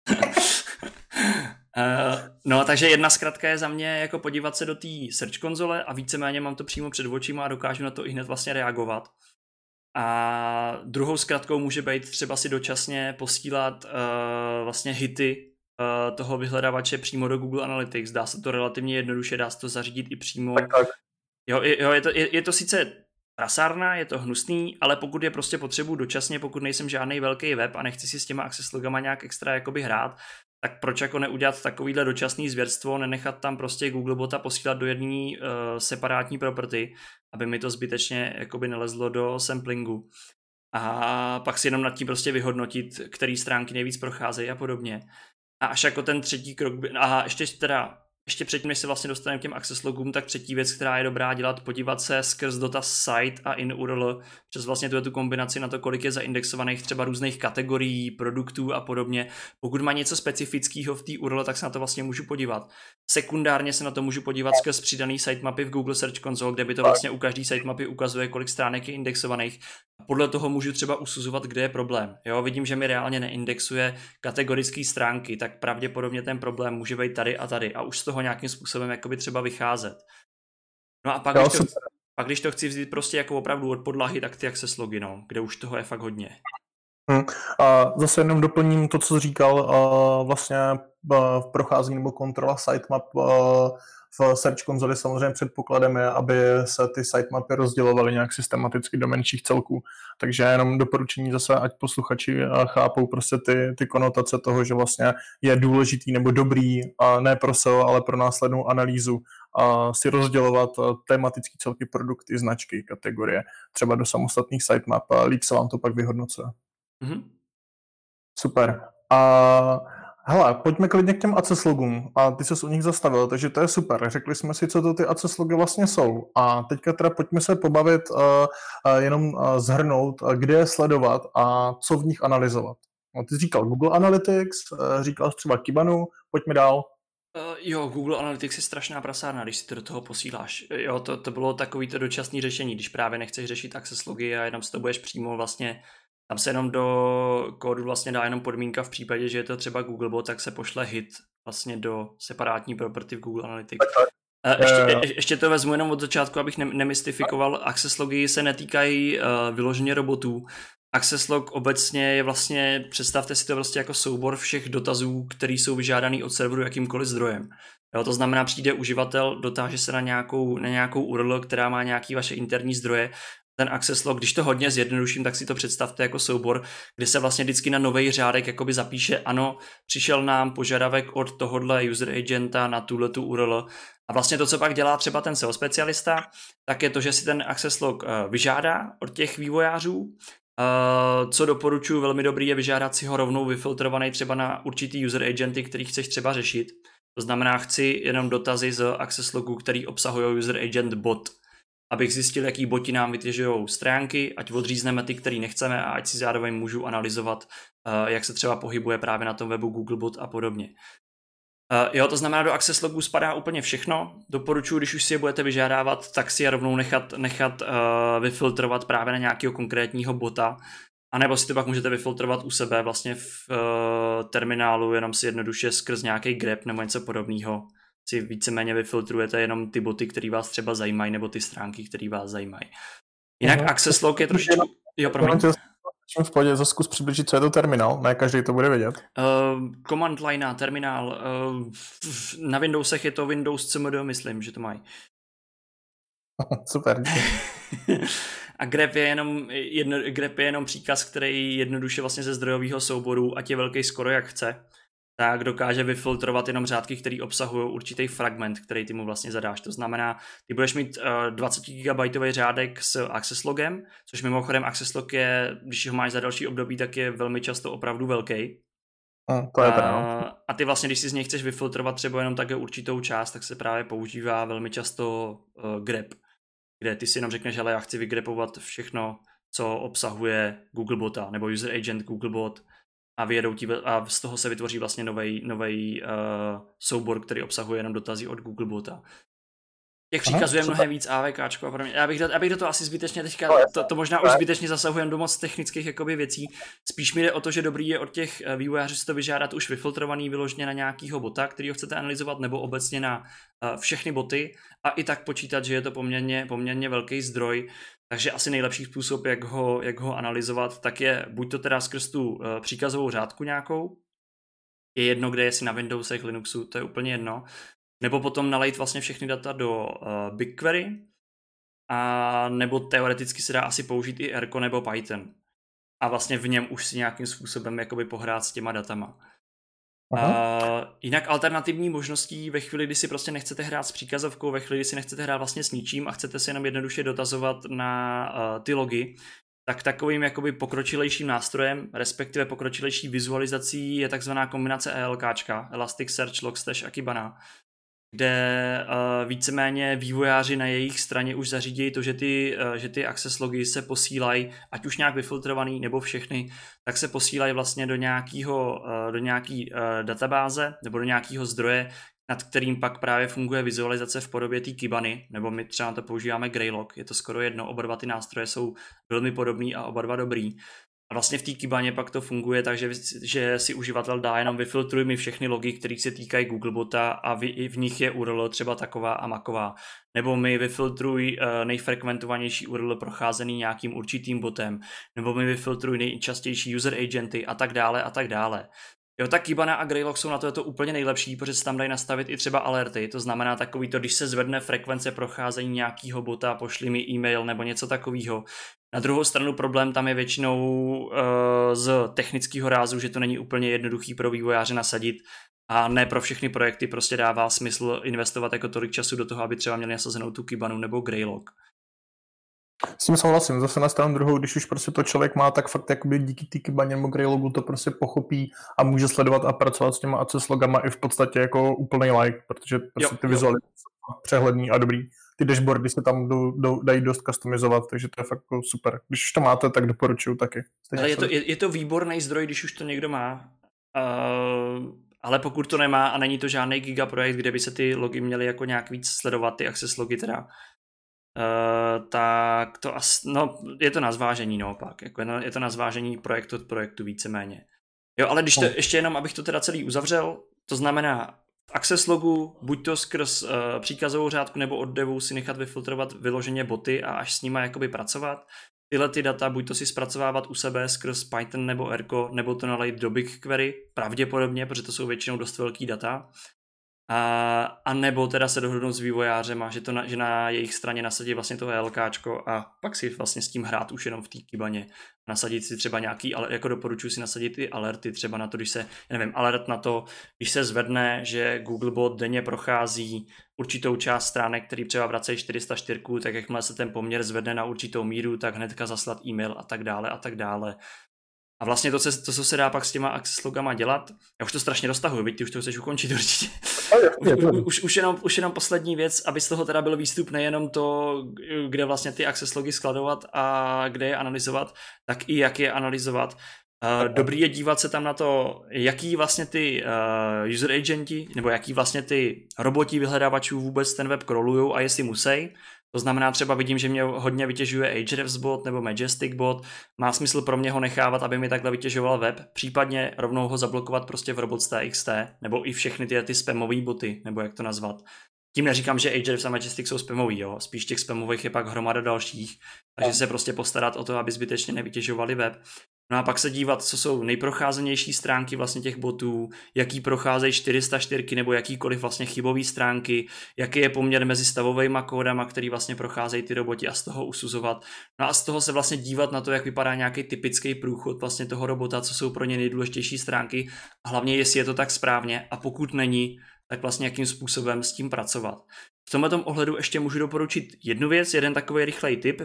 Uh, no, takže jedna zkratka je za mě jako podívat se do té Search konzole a víceméně mám to přímo před očima a dokážu na to i hned vlastně reagovat. A druhou zkratkou může být třeba si dočasně posílat uh, vlastně hity uh, toho vyhledávače přímo do Google Analytics. Dá se to relativně jednoduše, dá se to zařídit i přímo. Tak, tak. Jo, jo je, to, je, je to sice prasárna, je to hnusný, ale pokud je prostě potřebuji dočasně, pokud nejsem žádný velký web a nechci si s těma access logama nějak extra jakoby hrát, tak proč jako neudělat takovýhle dočasný zvěrstvo, nenechat tam prostě Googlebota posílat do jedné uh, separátní property, aby mi to zbytečně jakoby nelezlo do samplingu. a pak si jenom nad tím prostě vyhodnotit, který stránky nejvíc procházejí a podobně. A až jako ten třetí krok, by, a ještě teda, ještě předtím, než se vlastně dostaneme k těm access logům, tak třetí věc, která je dobrá dělat, podívat se skrz dotaz site a in U R L přes vlastně tu kombinaci na to, kolik je zaindexovaných třeba různých kategorií, produktů a podobně. Pokud má něco specifického v té U R L, tak se na to vlastně můžu podívat. Sekundárně se na to můžu podívat skrz přidaný sitemapy v Google Search Console, kde by to vlastně u každý sitemapy ukazuje, kolik stránek je indexovaných. A podle toho můžu třeba usuzovat, kde je problém. Jo, vidím, že mi reálně neindexuje kategorické stránky, tak pravděpodobně ten problém může být tady a tady a už z toho nějakým způsobem jakoby třeba vycházet. No a pak, když to, pak když to chci vzít prostě jako opravdu od podlahy, tak ty access logy, no, kde už toho je fakt hodně. Hmm. A zase jenom doplním to, co jsi říkal, uh, vlastně uh, v procházení nebo kontrola sitemap uh, v Search konzoli samozřejmě předpokladem je, aby se ty sitemapy rozdělovaly nějak systematicky do menších celků. Takže jenom doporučení zase, ať posluchači chápou prostě ty, ty konotace toho, že vlastně je důležitý nebo dobrý, uh, ne pro S E O, ale pro následnou analýzu uh, si rozdělovat uh, tematické celky, produkty, značky, kategorie, třeba do samostatných sitemap. Uh, líp se vám to pak vyhodnocuje. Mm-hmm. Super. A hele, pojďme klidně k těm access logům. A ty ses u nich zastavil, takže to je super. Řekli jsme si, co to ty access logy vlastně jsou. A teďka teda pojďme se pobavit, uh, uh, jenom uh, zhrnout, uh, kde je sledovat a co v nich analyzovat. No, ty jsi říkal Google Analytics, uh, říkal jsi třeba Kibanu, pojďme dál. Uh, jo, Google Analytics je strašná prasárna, když si to do toho posíláš. Jo, to, to bylo takový to dočasné řešení, když právě nechceš řešit access logy a jenom si to budeš přímo vlastně. Tam se jenom do kódu vlastně dá jenom podmínka v případě, že je to třeba Googlebot, tak se pošle hit vlastně do separátní property v Google Analytics. Ještě, je, ještě to vezmu jenom od začátku, abych nemystifikoval. Access logy se netýkají uh, vyloženě robotů. Access log obecně je vlastně, představte si to prostě jako soubor všech dotazů, které jsou vyžádaný od serveru jakýmkoliv zdrojem. Jo, to znamená, přijde uživatel, dotáže se na nějakou, na nějakou U R L, která má nějaký vaše interní zdroje. Ten access log, když to hodně zjednoduším, tak si to představte jako soubor, kde se vlastně vždycky na nový řádek jakoby zapíše, ano, přišel nám požadavek od tohodle user agenta na tuhletu U R L. A vlastně to, co pak dělá třeba ten S E O specialista, tak je to, že si ten access log vyžádá od těch vývojářů. Co doporučuji, velmi dobrý je vyžádat si ho rovnou vyfiltrovaný třeba na určitý user agenty, který chceš třeba řešit. To znamená, chci jenom dotazy z access logu, který obsahují user agent bot, abych zjistil, jaký boti nám vytěžují stránky, ať odřízneme ty, který nechceme a ať si zároveň můžu analyzovat, jak se třeba pohybuje právě na tom webu Googlebot a podobně. Jo, to znamená, do access logů spadá úplně všechno. Doporučuji, když už si je budete vyžádávat, tak si je rovnou nechat, nechat uh, vyfiltrovat právě na nějakého konkrétního bota, anebo si to pak můžete vyfiltrovat u sebe vlastně v uh, terminálu, jenom si jednoduše skrz nějaký grep nebo něco podobného si víceméně vyfiltrujete jenom ty boty, které vás třeba zajímají, nebo ty stránky, které vás zajímají. Jinak uh-huh. access log je trošičku... Jo, promiň. V pohodě, zkus přibližit, co je to terminál, ne každý to bude vědět. Uh, command line, terminál, uh, na Windowsech je to Windows C M D, myslím, že to mají. Super. A grep je, jenom jedno, grep je jenom příkaz, který jednoduše vlastně ze zdrojového souboru, ať je velký skoro jak chce, tak dokáže vyfiltrovat jenom řádky, které obsahují určitý fragment, který ty mu vlastně zadáš. To znamená, ty budeš mít uh, dvacet gigabajtový řádek s access logem, což mimochodem access log je, když ho máš za další období, tak je velmi často opravdu velký. Hmm, to je pravda. Uh, a ty vlastně, když si z něj chceš vyfiltrovat třeba jenom také určitou část, tak se právě používá velmi často uh, grep, kde ty si jenom řekneš, hele, já chci vygrepovat všechno, co obsahuje Googlebota nebo user agent Googlebot, a vyjedou ti, a z toho se vytvoří vlastně novej, novej uh, soubor, který obsahuje jenom dotazy od Googlebota. Těch příkazů je mnohem víc AVKčko a podobně. Já bych, do, já bych do toho asi zbytečně teďka, to, to možná už zbytečně zasahujem do moc technických jakoby věcí. Spíš mi jde o to, že dobrý je od těch vývojářů si to vyžádat už vyfiltrovaný vyloženě na nějakýho bota, kterýho chcete analyzovat, nebo obecně na uh, všechny boty a i tak počítat, že je to poměrně, poměrně velký zdroj. Takže asi nejlepší způsob, jak ho, jak ho analyzovat, tak je buď to teda skrz tu uh, příkazovou řádku nějakou, je jedno, kde je si na Windowsech, Linuxu, to je úplně jedno, nebo potom nalejt vlastně všechny data do uh, BigQuery, a nebo teoreticky se dá asi použít i Erko nebo Python. A vlastně v něm už si nějakým způsobem jakoby pohrát s těma datama. Uh, jinak alternativní možností ve chvíli, kdy si prostě nechcete hrát s příkazovkou, ve chvíli, kdy si nechcete hrát vlastně s ničím a chcete si jenom jednoduše dotazovat na uh, ty logy, tak takovým jakoby pokročilejším nástrojem, respektive pokročilejší vizualizací je takzvaná kombinace ELKčka, Elasticsearch, Logstash a Kibana, kde uh, víceméně vývojáři na jejich straně už zařídí to, že ty, uh, že ty access logy se posílají, ať už nějak vyfiltrovaný nebo všechny, tak se posílají vlastně do nějakého, uh, do nějaký uh, databáze nebo do nějakého zdroje, nad kterým pak právě funguje vizualizace v podobě té Kibany, nebo my třeba na to používáme Greylog, je to skoro jedno, oba dva ty nástroje jsou velmi podobný a oba dva dobrý. A vlastně v té Kibaně pak to funguje tak, že, že si uživatel dá jenom vyfiltruj mi všechny logy, které se týkají Googlebota a v, v nich je U R L třeba taková a maková. Nebo mi vyfiltruj uh, nejfrekventovanější U R L procházený nějakým určitým botem. Nebo mi vyfiltruj nejčastější user agenty a tak dále a tak dále. Jo, tak Kibana a Greylog jsou na to, je to úplně nejlepší, protože se tam dají nastavit i třeba alerty, to znamená takový to, když se zvedne frekvence procházení nějakého bota, pošli mi e-mail nebo něco takového. Na druhou stranu problém tam je většinou uh, z technického rázu, že to není úplně jednoduchý pro vývojáře nasadit a ne pro všechny projekty prostě dává smysl investovat jako tolik času do toho, aby třeba měli nasazenou tu Kibanu nebo Greylog. S tím souhlasím, zase na stranu druhou, když už prostě to člověk má, tak fakt jakoby díky té Kibaně nebo Greylogu to prostě pochopí a může sledovat a pracovat s těma access logama i v podstatě jako úplný like, protože prostě ty vizualizace jsou přehledný a dobrý. Ty dashboardy se tam do, do, dají dost customizovat, takže to je fakt jako super. Když už to máte, tak doporučuju taky. Ale je to, je, je to výborný zdroj, když už to někdo má. Uh, ale pokud to nemá a není to žádný gigaprojekt, kde by se ty logy měly jako nějak víc sledovat, ty access logy teda, Uh, tak to asi, no, je to na zvážení naopak, jako je to na zvážení projektu od projektu víceméně. Jo, ale když to, ještě jenom, abych to teda celý uzavřel, to znamená v access logu, buď to skrz uh, příkazovou řádku nebo od devu si nechat vyfiltrovat vyloženě boty a až s nima jakoby pracovat. Tyhle ty data buď to si zpracovávat u sebe skrz Python nebo Ergo, nebo to nalejt do BigQuery, pravděpodobně, protože to jsou většinou dost velký data. A, a nebo teda se dohodnout s vývojářem a že, to na, že na jejich straně nasadí vlastně to ELKčko a pak si vlastně s tím hrát už jenom v té Kibaně. Nasadit si třeba nějaký, ale jako doporučuji si nasadit i alerty, třeba na to, když se, já nevím, alert na to, když se zvedne, že Googlebot denně prochází určitou část stránek, který třeba vracejí čtyři sta čtyři, tak jakmile se ten poměr zvedne na určitou míru, tak hnedka zaslat e-mail a tak dále a tak dále. A vlastně to, to, co se dá pak s těma access logama dělat, já už to strašně roztahuji, byť ty už to chceš ukončit určitě. Už, už, už, jenom, už jenom poslední věc, aby z toho teda byl výstup nejenom to, kde vlastně ty access logy skladovat a kde je analyzovat, tak i jak je analyzovat. Dobrý je dívat se tam na to, jaký vlastně ty uh, user agenti, nebo jaký vlastně ty roboti vyhledávačů vůbec ten web crawlujou a jestli musí. To znamená, třeba vidím, že mě hodně vytěžuje Ahrefs bot nebo Majestic bot. Má smysl pro mě ho nechávat, aby mi takhle vytěžoval web, případně rovnou ho zablokovat prostě v robots.txt, nebo i všechny ty, ty spamový boty, nebo jak to nazvat. Tím neříkám, že Ahrefs a Majestic jsou spamový, jo. Spíš těch spamových je pak hromada dalších, takže se prostě postarat o to, aby zbytečně nevytěžovali web. No a pak se dívat, co jsou nejprocházenější stránky vlastně těch botů, jaký procházejí čtyři sta čtyři nebo jakýkoliv vlastně chybové stránky, jaký je poměr mezi stavovými kódama, který vlastně procházejí ty roboti a z toho usuzovat. No a z toho se vlastně dívat na to, jak vypadá nějaký typický průchod vlastně toho robota, co jsou pro ně nejdůležitější stránky a hlavně jestli je to tak správně a pokud není, tak vlastně jakým způsobem s tím pracovat. V tomhle ohledu ještě můžu doporučit jednu věc, jeden takový rychlej tip,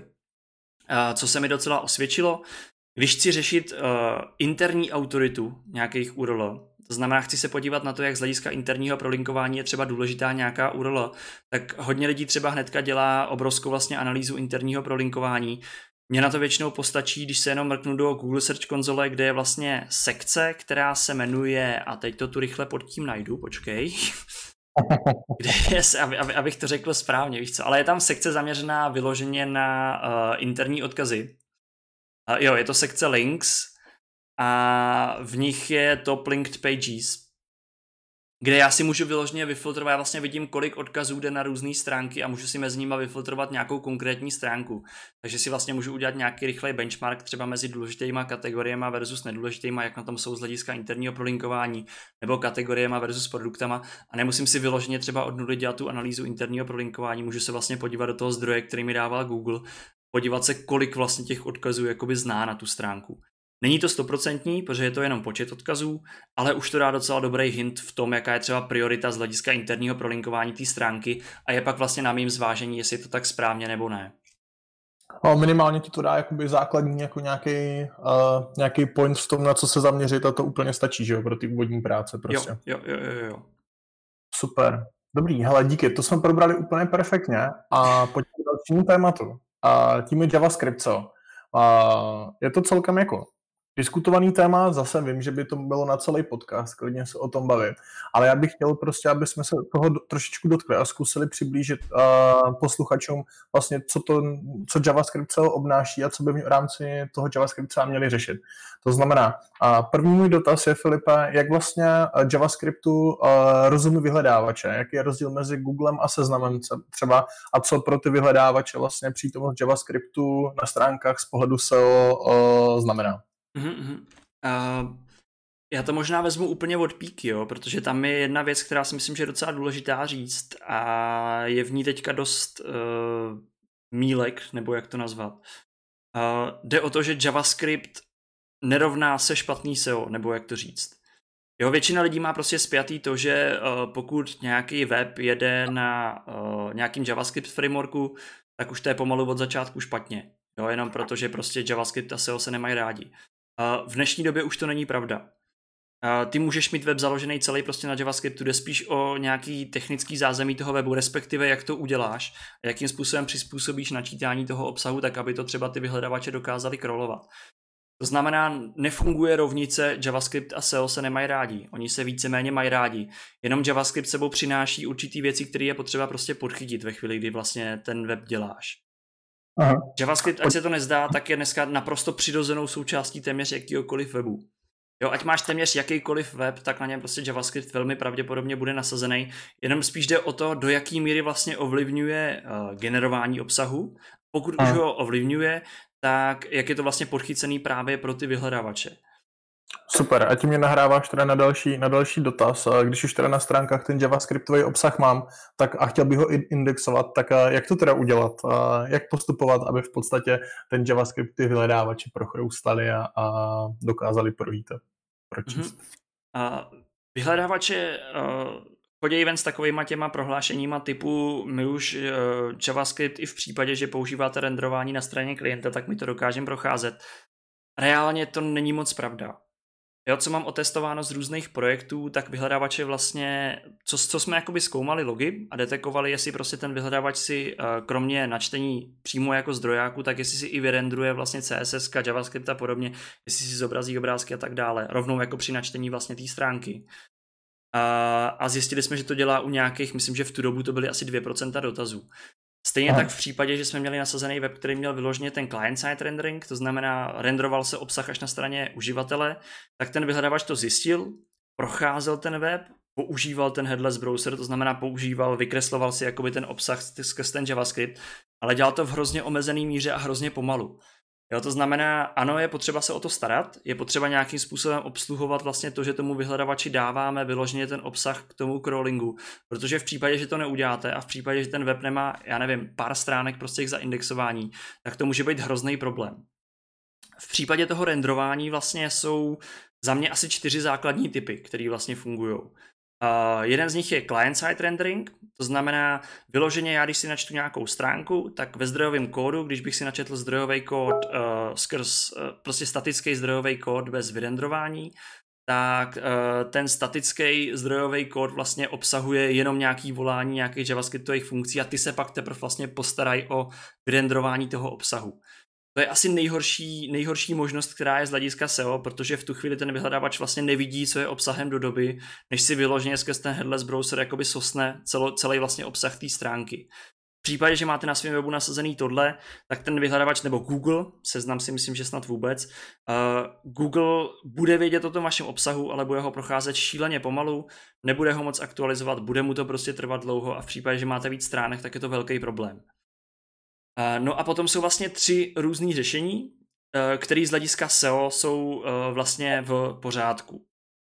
co se mi docela osvědčilo. Když chci řešit uh, interní autoritu nějakých U R L, to znamená, chci se podívat na to, jak z hlediska interního prolinkování je třeba důležitá nějaká U R L, tak hodně lidí třeba hnedka dělá obrovskou vlastně analýzu interního prolinkování. Mně na to většinou postačí, když se jenom mrknu do Google Search konzole, kde je vlastně sekce, která se jmenuje, a teď to tu rychle pod tím najdu, počkej, kde je, aby, aby, abych to řekl správně, víš co, ale je tam sekce zaměřená vyloženě na uh, interní odkazy. Uh, jo, je to sekce links a v nich je top linked pages, kde já si můžu vyloženě vyfiltrovat, já vlastně vidím, kolik odkazů jde na různé stránky a můžu si mezi nimi vyfiltrovat nějakou konkrétní stránku. Takže si vlastně můžu udělat nějaký rychlej benchmark třeba mezi důležitýma kategoriemi versus nedůležitýma, jak na tom jsou z hlediska interního prolinkování, nebo kategoriemi versus produktama a nemusím si vyloženě třeba od nuly dělat tu analýzu interního prolinkování, můžu se vlastně podívat do toho zdroje, který mi dával Google, podívat se, kolik vlastně těch odkazů jakoby zná na tu stránku. Není to stoprocentní, protože je to jenom počet odkazů, ale už to dá docela dobrý hint v tom, jaká je třeba priorita z hlediska interního prolinkování té stránky a je pak vlastně na mým zvážení, jestli je to tak správně nebo ne. No, minimálně ti to dá jakoby základní jako nějaký, uh, nějaký point v tom, na co se zaměřit a to úplně stačí, že jo, pro ty úvodní práce prostě. Jo, jo, jo, jo, jo. Super. Dobrý, hele, díky, to jsme probrali úplně perfektně a pojďme k dalšímu tématu. A tím je JavaScript, co? A je to celkem jako diskutovaný téma, zase vím, že by to bylo na celý podcast, klidně se o tom bavit, ale já bych chtěl prostě, aby jsme se toho do, trošičku dotkli a zkusili přiblížit uh, posluchačům vlastně, co, to, co JavaScript celé obnáší a co by v rámci toho JavaScript třeba měli řešit. To znamená, uh, první můj dotaz je, Filipe, jak vlastně JavaScriptu uh, rozumí vyhledávače, jaký je rozdíl mezi Googlem a Seznamem třeba a co pro ty vyhledávače vlastně přítomnost JavaScriptu na stránkách z pohledu S E O uh, znamená. Mm-hmm. Uh, já to možná vezmu úplně od píky, jo, protože tam je jedna věc, která si myslím, že je docela důležitá říct a je v ní teďka dost uh, mílek, nebo jak to nazvat. Uh, jde o to, že JavaScript nerovná se špatný S E O, nebo jak to říct. Jo, většina lidí má prostě spjatý to, že uh, pokud nějaký web jede na uh, nějakým JavaScript frameworku, tak už to je pomalu od začátku špatně. Jo, jenom proto, že prostě JavaScript a S E O se nemají rádi. Uh, v dnešní době už to není pravda. Uh, ty můžeš mít web založený celý prostě na JavaScriptu, jde spíš o nějaký technický zázemí toho webu, respektive jak to uděláš a jakým způsobem přizpůsobíš načítání toho obsahu, tak aby to třeba ty vyhledávače dokázaly crawlovat. To znamená, nefunguje rovnice JavaScript a S E O se nemají rádi. Oni se víceméně mají rádi. Jenom JavaScript sebou přináší určitý věci, které je potřeba prostě podchytit ve chvíli, kdy vlastně ten web děláš. Aha. JavaScript, ať se to nezdá, tak je dneska naprosto přirozenou součástí téměř jakýkoliv webu. Jo, ať máš téměř jakýkoliv web, tak na něm prostě JavaScript velmi pravděpodobně bude nasazený. Jenom spíš jde o to, do jaký míry vlastně ovlivňuje uh, generování obsahu. Pokud Aha. už ho ovlivňuje, tak jak je to vlastně podchycený právě pro ty vyhledávače. Super, a tím mě nahráváš teda na další, na další dotaz. Když už teda na stránkách ten JavaScriptový obsah mám, tak a chtěl bych ho indexovat, tak jak to teda udělat? Jak postupovat, aby v podstatě ten JavaScript ty vyhledávači prochroustali a, a dokázali projít a pročíst? Mm-hmm. A vyhledávače uh, chodí ven s takovýma těma prohlášeníma typu my už uh, JavaScript i v případě, že používáte renderování na straně klienta, tak my to dokážeme procházet. Reálně to není moc pravda. Jo, co mám otestováno z různých projektů, tak vyhledávače vlastně, co, co jsme jakoby zkoumali logy a detekovali, jestli prostě ten vyhledávač si uh, kromě načtení přímo jako zdrojáku, tak jestli si i vyrendruje vlastně C S S, JavaScript a podobně, jestli si zobrazí obrázky a tak dále, rovnou jako při načtení vlastně té stránky. Uh, a zjistili jsme, že to dělá u nějakých, myslím, že v tu dobu to byly asi dvě procenta dotazů. Stejně Aha. tak v případě, že jsme měli nasazený web, který měl vyloženě ten client-side rendering, to znamená renderoval se obsah až na straně uživatele, tak ten vyhledávač to zjistil, procházel ten web, používal ten headless browser, to znamená používal, vykresloval si jakoby ten obsah skrz ten JavaScript, ale dělal to v hrozně omezený míře a hrozně pomalu. Jo, to znamená, ano, je potřeba se o to starat, je potřeba nějakým způsobem obsluhovat vlastně to, že tomu vyhledávači dáváme vyloženě ten obsah k tomu crawlingu, protože v případě, že to neuděláte a v případě, že ten web nemá, já nevím, pár stránek prostě k zaindexování, tak to může být hrozný problém. V případě toho renderování vlastně jsou za mě asi čtyři základní typy, které vlastně fungují. Uh, jeden z nich je client-side rendering, to znamená vyloženě já, když si načtu nějakou stránku, tak ve zdrojovém kódu, když bych si načetl zdrojový kód uh, skrz uh, prostě statický zdrojový kód bez vyrendrování, tak uh, ten statický zdrojový kód vlastně obsahuje jenom nějaký volání nějakých javascriptových funkcí a ty se pak teprve vlastně postarají o vyrendrování toho obsahu. To je asi nejhorší, nejhorší možnost, která je z hlediska S E O, protože v tu chvíli ten vyhledávač vlastně nevidí, co je obsahem do doby, než si vyloženě skrz ten headless browser jakoby sosne celo, celý vlastně obsah té stránky. V případě, že máte na svém webu nasazený tohle, tak ten vyhledávač nebo Google, Seznam si myslím, že snad vůbec, uh, Google bude vědět o tom vašem obsahu, ale bude ho procházet šíleně pomalu, nebude ho moc aktualizovat, bude mu to prostě trvat dlouho a v případě, že máte víc stránek, tak je to velký problém. No a potom jsou vlastně tři různý řešení, které z hlediska S E O jsou vlastně v pořádku.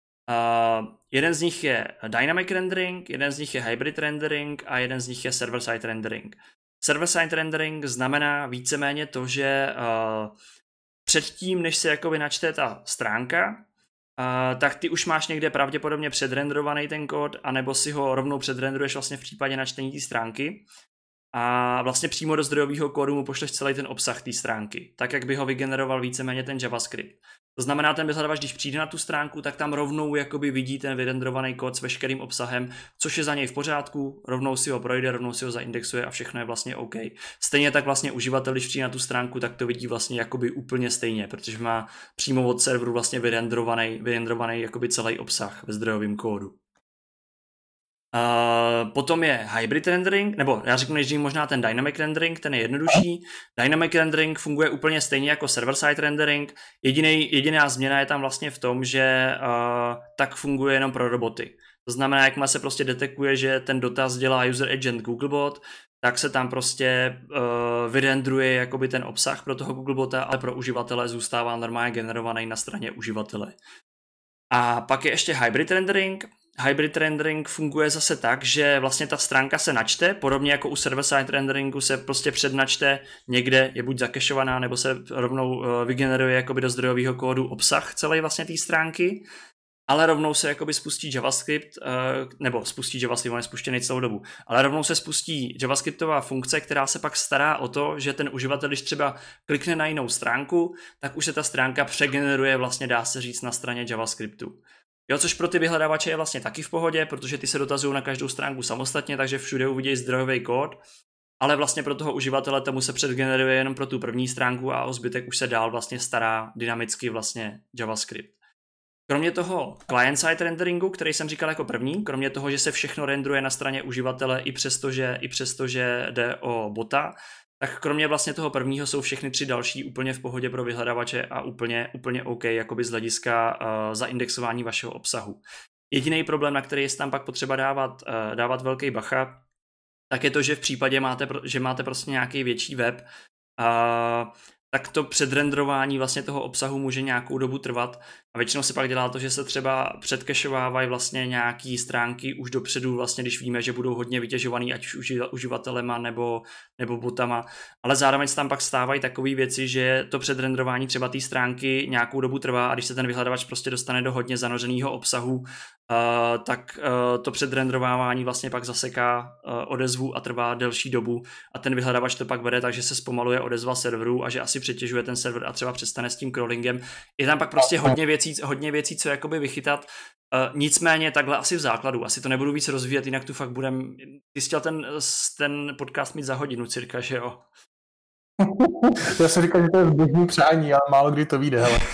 Jeden z nich je dynamic rendering, jeden z nich je hybrid rendering a jeden z nich je server-side rendering. Server-side rendering znamená víceméně to, že předtím, než se jakoby načte ta stránka, tak ty už máš někde pravděpodobně předrenderovaný ten kód, anebo si ho rovnou předrenderuješ vlastně v případě načtení té stránky. a vlastně přímo do zdrojového kódu mu pošleš celý ten obsah té stránky, tak jak by ho vygeneroval víceméně ten JavaScript. To znamená, ten vyhledávač, když přijde na tu stránku, tak tam rovnou jakoby vidí ten vyrendrovaný kód s veškerým obsahem, což je za něj v pořádku, rovnou si ho projde, rovnou si ho zaindexuje a všechno je vlastně OK. Stejně tak vlastně uživatel, když přijde na tu stránku, tak to vidí vlastně jakoby úplně stejně, protože má přímo od serveru vlastně vyrendrovaný, vyrendrovaný jakoby celý obsah ve zdrojovém kódu. Uh, potom je hybrid rendering, nebo já řeknu nejdřív možná ten dynamic rendering, ten je jednodušší. Dynamic rendering funguje úplně stejně jako server-side rendering. Jediný, jediná změna je tam vlastně v tom, že uh, tak funguje jenom pro roboty. To znamená, jakmile se prostě detekuje, že ten dotaz dělá user agent Googlebot, tak se tam prostě uh, vyrendruje jakoby ten obsah pro toho Googlebota, ale pro uživatele zůstává normálně generovaný na straně uživatele. A pak je ještě hybrid rendering. Hybrid rendering funguje zase tak, že vlastně ta stránka se načte, podobně jako u server-side renderingu se prostě přednačte někde, je buď zakešovaná, nebo se rovnou vygeneruje jakoby do zdrojového kódu obsah celé vlastně té stránky, ale rovnou se jakoby spustí JavaScript, nebo spustí JavaScript, on je spuštěný celou dobu, ale rovnou se spustí JavaScriptová funkce, která se pak stará o to, že ten uživatel, když třeba klikne na jinou stránku, tak už se ta stránka přegeneruje vlastně, dá se říct, na straně JavaScriptu. Jo, což pro ty vyhledávače je vlastně taky v pohodě, protože ty se dotazují na každou stránku samostatně, takže všude uvidí zdrojový kód, ale vlastně pro toho uživatele tomu se předgeneruje jenom pro tu první stránku a o zbytek už se dál vlastně stará dynamicky vlastně JavaScript. Kromě toho client-side renderingu, který jsem říkal jako první, kromě toho, že se všechno rendruje na straně uživatele i přesto, že, i přesto, že jde o bota, tak kromě vlastně toho prvního jsou všechny tři další úplně v pohodě pro vyhledávače a úplně, úplně OK jakoby z hlediska uh, zaindexování vašeho obsahu. Jediný problém, na který je tam pak potřeba dávat, uh, dávat velký bacha, tak je to, že v případě, máte, že máte prostě nějaký větší web, uh, tak to předrendrování vlastně toho obsahu může nějakou dobu trvat a většinou se pak dělá to, že se třeba předkešovávají vlastně nějaký stránky už dopředu, vlastně když víme, že budou hodně vytěžovaný ať už uživatelema nebo, nebo botama, ale zároveň se tam pak stávají takové věci, že to předrendrování třeba té stránky nějakou dobu trvá a když se ten vyhledávač prostě dostane do hodně zanořeného obsahu, Uh, tak uh, to předrendrovávání vlastně pak zaseká uh, odezvu a trvá delší dobu a ten vyhledávač to pak vede, takže se zpomaluje odezva serveru a že asi přetěžuje ten server a třeba přestane s tím crawlingem. Je tam pak prostě hodně věcí, hodně věcí, co jakoby vychytat. Uh, nicméně takhle asi v základu, asi to nebudu víc rozvíjet, jinak tu fakt budem, ty jsi chtěl ten, ten podcast mít za hodinu cirka, že jo? Já jsem říkal, že to je zbožný přání, ale málo kdy to vyjde, hele.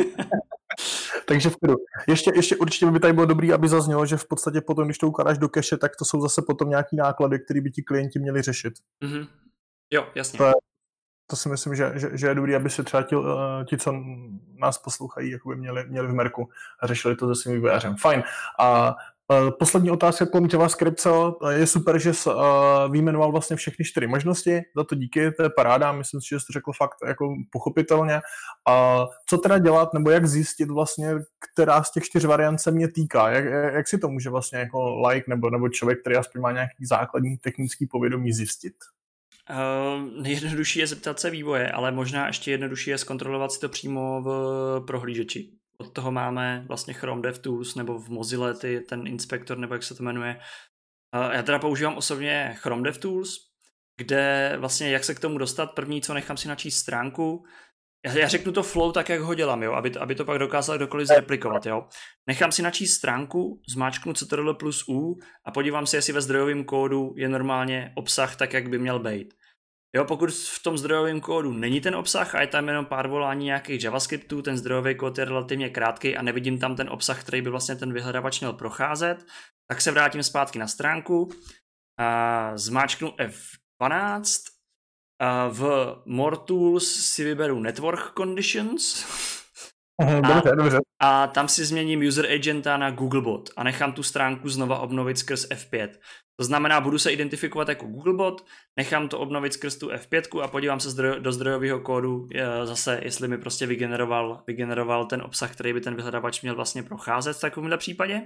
Takže v klidu. Ještě, ještě určitě by tady bylo dobrý, aby zaznělo, že v podstatě potom, když to ukládáš do cache, tak to jsou zase potom nějaký náklady, které by ti klienti měli řešit. Mm-hmm. Jo, jasně. To, je, to si myslím, že, že, že je dobrý, aby si třeba ti, ti co nás poslouchají, jakoby měli, měli v merku a řešili to se svým vývojářem. Fajn. A poslední otázka kolem JavaScript, je super, že jsi uh, vyjmenoval vlastně všechny čtyři možnosti, za to díky, to je paráda, myslím si, že jsi to řekl fakt jako pochopitelně. A co teda dělat, nebo jak zjistit vlastně, která z těch čtyř variant se mě týká, jak, jak si to může vlastně jako like nebo, nebo člověk, který aspoň má nějaký základní technický povědomí zjistit? Uh, nejjednodušší je zeptat se vývoje, ale možná ještě jednodušší je zkontrolovat si to přímo v prohlížeči. Od toho máme vlastně Chrome DevTools nebo v Mozilla ty, ten inspektor, nebo jak se to jmenuje. Uh, já teda používám osobně Chrome DevTools, kde vlastně jak se k tomu dostat, první co nechám si načíst stránku. Já, já řeknu to flow tak, jak ho dělám, jo, aby, to, aby to pak dokázal kdokoliv zreplikovat. Jo. Nechám si načíst stránku, zmáčknu Ctrl plus U a podívám se, jestli ve zdrojovém kódu je normálně obsah tak, jak by měl být. Jo, pokud v tom zdrojovém kódu není ten obsah a je tam jenom pár volání nějakých JavaScriptů, ten zdrojový kód je relativně krátký a nevidím tam ten obsah, který by vlastně ten vyhledávač měl procházet, tak se vrátím zpátky na stránku a zmáčknu F dvanáct a v More Tools si vyberu Network Conditions a, dobře, dobře. a tam si změním user agenta na Googlebot a nechám tu stránku znova obnovit skrz F pět. To znamená, budu se identifikovat jako Googlebot, nechám to obnovit skrz tu F pět a podívám se zdroj, do zdrojového kódu zase, jestli mi prostě vygeneroval, vygeneroval ten obsah, který by ten vyhledávač měl vlastně procházet v takovémhle případě.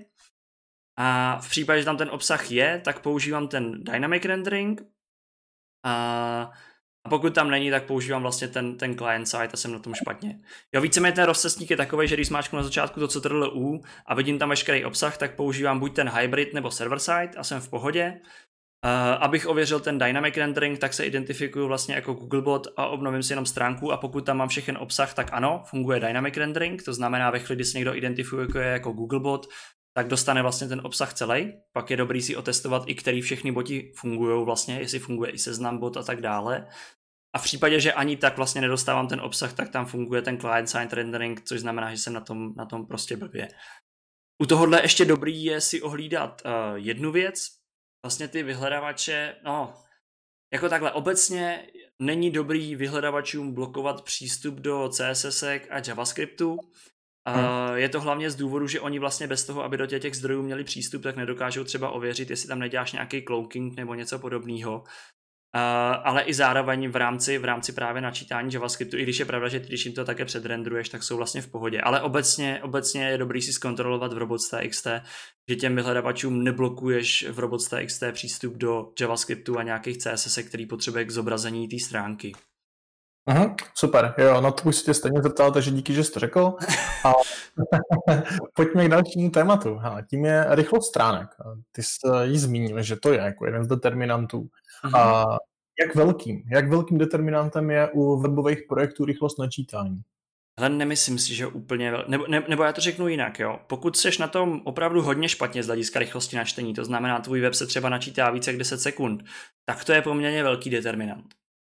A v případě, že tam ten obsah je, tak používám ten dynamic rendering. A A pokud tam není, tak používám vlastně ten, ten client side a jsem na tom špatně. Jo, víceméně ten rozcestník je takový, že když zmáčknu na začátku to Ctrl U a vidím tam veškerý obsah, tak používám buď ten hybrid nebo server side a jsem v pohodě. abych ověřil ten dynamic rendering, tak se identifikuju vlastně jako Googlebot a obnovím si jenom stránku a pokud tam mám všechen obsah, tak ano, funguje dynamic rendering, to znamená ve chvíli, kdy se někdo identifikuje jako Googlebot, tak dostane vlastně ten obsah celý, pak je dobrý si otestovat i který všechny boti fungují vlastně, jestli funguje i seznam bot a tak dále. A v případě, že ani tak vlastně nedostávám ten obsah, tak tam funguje ten client-side rendering, což znamená, že jsem na tom, na tom prostě blbě. U tohohle ještě dobrý je si ohlídat uh, jednu věc, vlastně ty vyhledávače, no, jako takhle obecně není dobrý vyhledávačům blokovat přístup do C S S a JavaScriptu. Hmm. Uh, je to hlavně z důvodu, že oni vlastně bez toho, aby do těch, těch zdrojů měli přístup, tak nedokážou třeba ověřit, jestli tam neděláš nějaký cloaking nebo něco podobného. Uh, ale i zároveň v rámci, v rámci právě načítání JavaScriptu, i když je pravda, že ty, když jim to také předrendruješ, tak jsou vlastně v pohodě. Ale obecně, obecně je dobrý si zkontrolovat v robots.txt, že těm vyhledávačům neblokuješ v robots.txt přístup do JavaScriptu a nějakých C S S, který potřebuje k zobrazení té stránky. Uhum, super, jo, no to bych se tě stejně zeptal, takže díky, že jsi to řekl. A pojďme k dalšímu tématu. A tím je rychlost stránek. Ty jsi ji zmínil, že to je jako jeden z determinantů. Uhum. A jak velkým, jak velkým determinantem je u webových projektů rychlost načítání? Ale nemyslím si, že úplně, vel... nebo, ne, nebo já to řeknu jinak, jo. Pokud seš na tom opravdu hodně špatně z hlediska rychlosti načtení, to znamená, tvůj web se třeba načítá více jak deset sekund, tak to je poměrně velký determinant.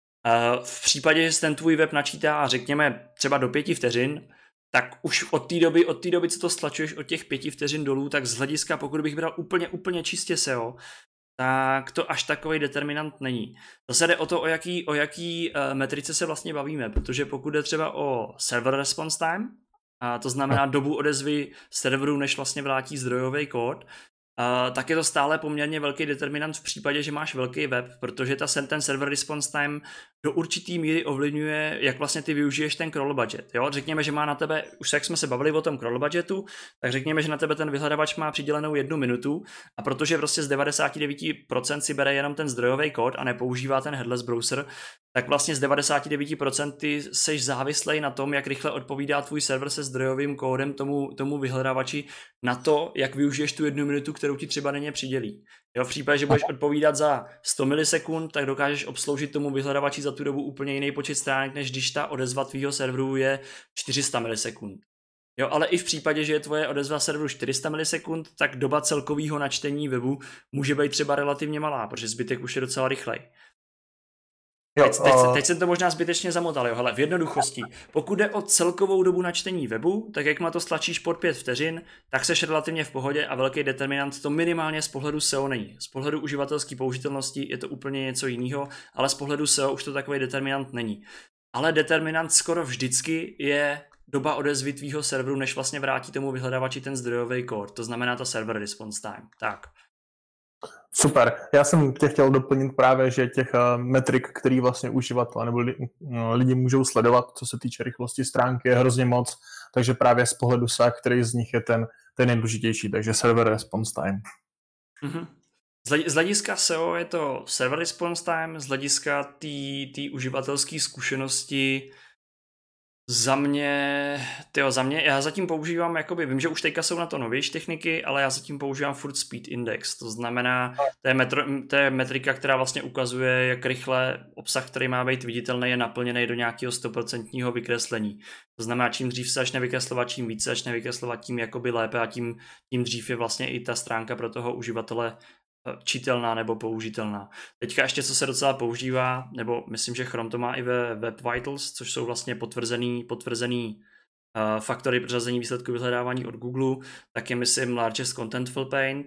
Uh, v případě, že ten tvůj web načítá, řekněme, třeba do pěti vteřin, tak už od té doby, od té doby, co to stlačuješ od těch pěti vteřin dolů, tak z hlediska, pokud bych bral úplně, úplně čistě S E O, tak to až takový determinant není. Zase jde o to, o jaký, o jaký uh, metrice se vlastně bavíme, protože pokud jde třeba o server response time, a to znamená dobu odezvy serveru, než vlastně vrátí zdrojový kód, Uh, tak je to stále poměrně velký determinant v případě, že máš velký web, protože ta, ten server response time do určitý míry ovlivňuje, jak vlastně ty využiješ ten crawl budget. Jo? Řekněme, že má na tebe, už jak jsme se bavili o tom crawl budgetu, tak řekněme, že na tebe ten vyhledávač má přidělenou jednu minutu a protože prostě z devadesát devět procent si bere jenom ten zdrojový kód a nepoužívá ten headless browser, tak vlastně z devadesát devět procent ty seš závislej na tom, jak rychle odpovídá tvůj server se zdrojovým kódem tomu, tomu vyhledávači na to, jak využiješ tu jednu minutu, kterou ti třeba denně přidělí. Jo, v případě, že budeš odpovídat za sto milisekund, tak dokážeš obsloužit tomu vyhledávači za tu dobu úplně jiný počet stránek, než když ta odezva tvýho serveru je čtyři sta milisekund. Jo, ale i v případě, že je tvoje odezva serveru čtyři sta milisekund, tak doba celkového načtení webu může být třeba relativně malá, protože zbytek už je docela rychlej. Jo, teď, teď, teď jsem to možná zbytečně zamotal, jo, hele, v jednoduchosti. Pokud jde o celkovou dobu načtení webu, tak jak má to stlačíš pod pět vteřin, tak seš relativně v pohodě a velký determinant to minimálně z pohledu S E O není. Z pohledu uživatelské použitelnosti je to úplně něco jiného, ale z pohledu S E O už to takový determinant není. Ale determinant skoro vždycky je doba odezvy tvýho serveru, než vlastně vrátí tomu vyhledávači ten zdrojový kód, to znamená ta server response time. Tak. Super. Já jsem tě chtěl doplnit právě, že těch uh, metrik, který vlastně uživatelé nebo li, uh, lidi můžou sledovat, co se týče rychlosti stránky, je hrozně moc, takže právě z pohledu S E A, který z nich je ten, ten nejdůležitější, takže server response time. Mm-hmm. Z hlediska S E O je to server response time, z hlediska té uživatelské zkušenosti za mě, tyjo, za mě, já zatím používám, jakoby, vím, že už teďka jsou na to novější techniky, ale já zatím používám furt Speed Index, to znamená, to je, metro, to je metrika, která vlastně ukazuje, jak rychle obsah, který má být viditelný, je naplněný do nějakého sto procent vykreslení. To znamená, čím dřív se začne vykreslovat, čím více začne vykreslovat, tím jakoby lépe a tím, tím dřív je vlastně i ta stránka pro toho uživatele čitelná nebo použitelná. Teďka ještě, co se docela používá, nebo myslím, že Chrome to má i ve Web Vitals, což jsou vlastně potvrzený, potvrzený uh, faktory pro řazení výsledku vyhledávání od Google, tak je myslím Largest Contentful Paint,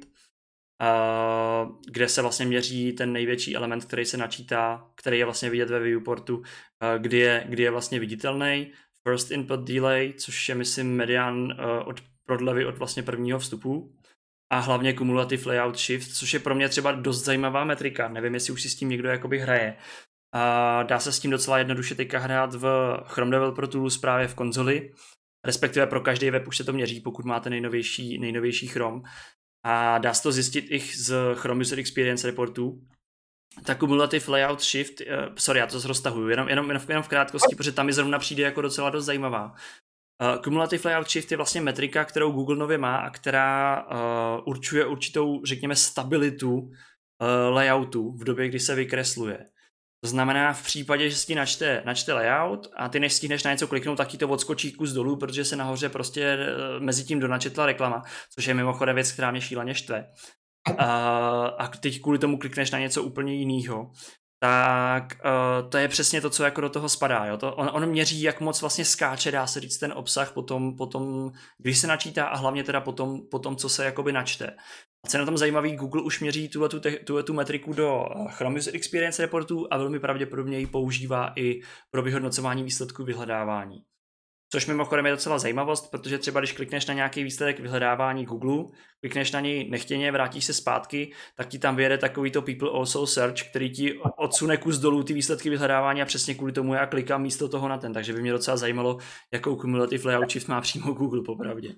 uh, kde se vlastně měří ten největší element, který se načítá, který je vlastně vidět ve viewportu, uh, kdy, je, kdy je vlastně viditelný. First Input Delay, což je myslím median uh, od prodlevy od vlastně prvního vstupu. A hlavně Cumulative Layout Shift, což je pro mě třeba dost zajímavá metrika. Nevím, jestli už si s tím někdo jakoby hraje. A dá se s tím docela jednoduše teďka hrát v Chrome Developer Tools právě v konzoli. Respektive pro každý web už se to měří, pokud máte nejnovější, nejnovější Chrome. A dá se to zjistit i z Chrome User Experience reportů. Ta Cumulative Layout Shift, uh, sorry, já to roztahuju, jenom, jenom, jenom v krátkosti, protože tam mi zrovna přijde jako docela dost zajímavá. Uh, Cumulative Layout Shift je vlastně metrika, kterou Google nově má a která uh, určuje určitou, řekněme, stabilitu layoutu v době, kdy se vykresluje. To znamená, v případě, že si ti načte, načte layout a ty než stihneš na něco kliknout, tak ti to odskočí kus dolů, protože se nahoře prostě mezi tím donačetla reklama, což je mimochodem věc, která mě šíleně štve. A, a teď kvůli tomu klikneš na něco úplně jiného. Tak uh, to je přesně to, co jako do toho spadá. Jo? To, on, on měří, jak moc vlastně skáče, dá se říct, ten obsah potom, potom když se načítá a hlavně teda potom, potom co se jakoby načte. A co je na tom zajímavý, Google už měří tuhle tu, tuhle tu metriku do Chrome User Experience reportu a velmi pravděpodobně ji používá i pro vyhodnocování výsledků vyhledávání. Což mimochodem je docela zajímavost, protože třeba když klikneš na nějaký výsledek vyhledávání Google, klikneš na něj nechtěně, vrátíš se zpátky, tak ti tam vyjede takový to People Also Search, který ti odsune kus dolů ty výsledky vyhledávání a přesně kvůli tomu já klikám místo toho na ten. Takže by mě docela zajímalo, jakou cumulative layout shift má přímo Google popravdě.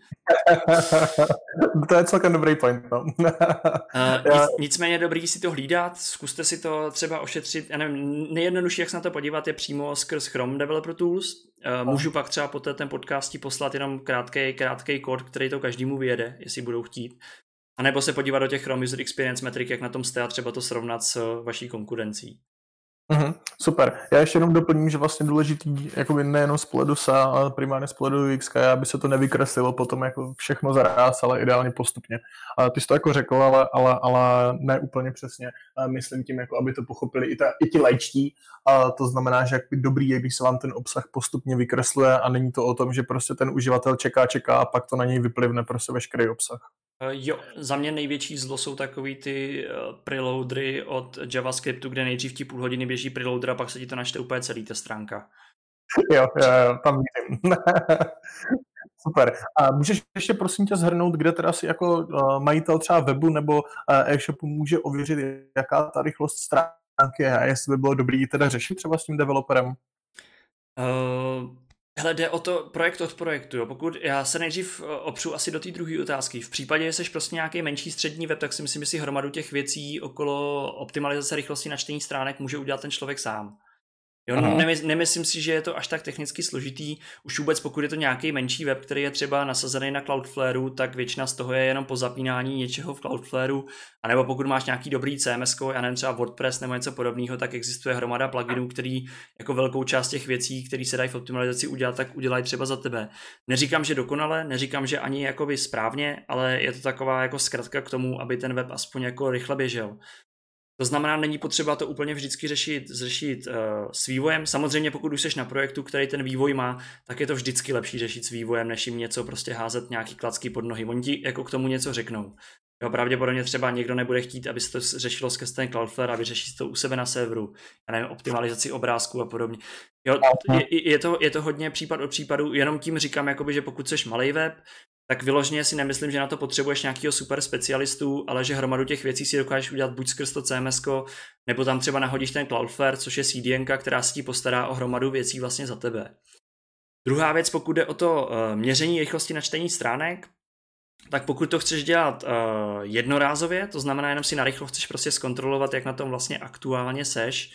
To je celkem dobrý point. No. uh, nic, nicméně dobrý si to hlídat, zkuste si to třeba ošetřit. Já nevím, nejjednodušší, jak se na to podívat, je přímo skrz Chrome Developer Tools. Uh, můžu pak třeba po ten podcastí poslat jenom krátkej, krátkej kód, který to každému vyjede, jestli budou chtít. A nebo se podívat do těch Chrome User Experience metrik, jak na tom jste a třeba to srovnat s vaší konkurencí. Mm-hmm, super. Já ještě jenom doplním, že vlastně důležitý jakoby nejenom z pohledu S A, ale primárně z pohledu U X, aby se to nevykreslilo potom jako všechno zaráz, ale ideálně postupně. A ty jsi to jako řekl, ale, ale, ale ne úplně přesně. A myslím tím, jako aby to pochopili i, ta, i ti lajčtí. A to znamená, že jakby dobrý je, když se vám ten obsah postupně vykresluje a není to o tom, že prostě ten uživatel čeká, čeká a pak to na něj vyplivne prostě veškerý obsah. Uh, jo, za mě největší zlo jsou takový ty uh, preloadery od JavaScriptu, kde nejdřív ti půl hodiny běží preloader a pak se ti to načte úplně celý ta stránka. Jo, jo, jo, tam vidím. Super. A můžeš ještě prosím tě shrnout, kde teda si jako uh, majitel třeba webu nebo uh, e-shopu může ověřit, jaká ta rychlost stránky je a jestli by bylo dobrý teda řešit třeba s tím developerem? Uh... Hele, jde o to projekt od projektu, jo. Pokud já se nejdřív opřu asi do té druhé otázky. V případě, že jsi prostě nějaký menší střední web, tak si myslím, že si hromadu těch věcí okolo optimalizace rychlosti načtení stránek může udělat ten člověk sám. Jo, nemysl, nemyslím si, že je to až tak technicky složitý. Už vůbec pokud je to nějaký menší web, který je třeba nasazený na Cloudflareu, tak většina z toho je jenom po zapínání něčeho v Cloudflareu. A nebo pokud máš nějaký dobrý C M S, já nevím, třeba WordPress nebo něco podobného, tak existuje hromada pluginů, který jako velkou část těch věcí, které se dají v optimalizaci udělat, tak udělají třeba za tebe. Neříkám, že dokonale, neříkám, že ani jakoby správně, ale je to taková jako zkratka k tomu, aby ten web aspoň jako rychle běžel. To znamená, není potřeba to úplně vždycky řešit, řešit uh, s vývojem. Samozřejmě pokud už jsi na projektu, který ten vývoj má, tak je to vždycky lepší řešit s vývojem, než jim něco prostě házet nějaký klacky pod nohy. Oni ti jako k tomu něco řeknou. Jo, pravděpodobně třeba někdo nebude chtít, aby se to řešilo skrz ten Cloudflare a vyřešit to u sebe na serveru. Já nevím, optimalizaci obrázku a podobně. Jo, je, je, to, je to hodně případ od případu, jenom tím říkám, jakoby, že pokud jsi malej web, tak vyloženě si nemyslím, že na to potřebuješ nějakého super specialistu, ale že hromadu těch věcí si dokážeš udělat buď skrz to C M S ko, nebo tam třeba nahodíš ten Cloudflare, což je C D N ka, která si ti postará o hromadu věcí vlastně za tebe. Druhá věc, pokud jde o to uh, měření rychlosti načtení stránek, tak pokud to chceš dělat uh, jednorázově, to znamená jenom si narychlo chceš prostě zkontrolovat, jak na tom vlastně aktuálně seš,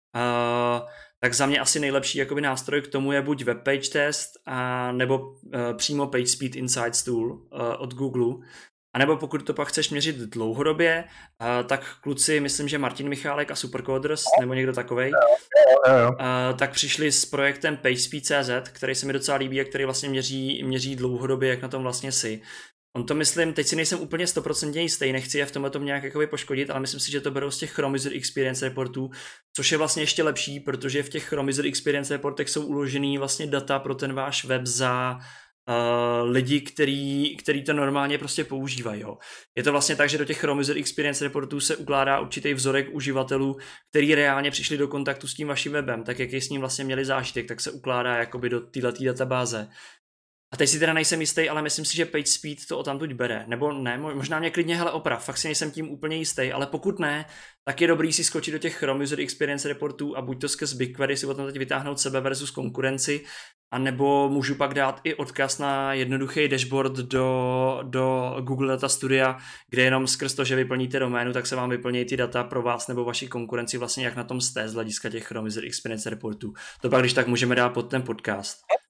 uh, tak za mě asi nejlepší jakoby nástroj k tomu je buď web page test a nebo uh, přímo Page Speed Insights tool uh, od Google. A nebo pokud to pak chceš měřit dlouhodobě, uh, tak kluci, myslím, že Martin Michálek a Supercoders, nebo někdo takovej, uh, tak přišli s projektem PageSpeed tečka cé zet, který se mi docela líbí a který vlastně měří, měří dlouhodobě, jak na tom vlastně si. On to myslím, teď si nejsem úplně stoprocentně jistý, nechci je v tomhle tom nějak jakoby poškodit, ale myslím si, že to berou z těch Chrome User Experience reportů, což je vlastně ještě lepší, protože v těch Chrome User Experience reportech jsou uložený vlastně data pro ten váš web za uh, lidi, který, který to normálně prostě používají. Jo. Je to vlastně tak, že do těch Chrome User Experience reportů se ukládá určitý vzorek uživatelů, který reálně přišli do kontaktu s tím vaším webem, tak jak s ním vlastně měli zážitek, tak se ukládá jakoby do této databáze. A teď si teda nejsem jistý, ale myslím si, že PageSpeed to odtamtud bere. Nebo ne, možná mě klidně hele oprav, fakt si nejsem tím úplně jistý, ale pokud ne, tak je dobrý si skočit do těch Chrome User Experience reportů a buď to skrz BigQuery si o tom teď vytáhnout sebe versus konkurenci, a nebo můžu pak dát i odkaz na jednoduchý dashboard do, do Google Data Studia, kde jenom skrz to, že vyplníte doménu, tak se vám vyplní ty data pro vás nebo vaši konkurenci vlastně jak na tom jste z hlediska těch Chrome User Experience reportů. To pak když tak můžeme dát pod ten podcast.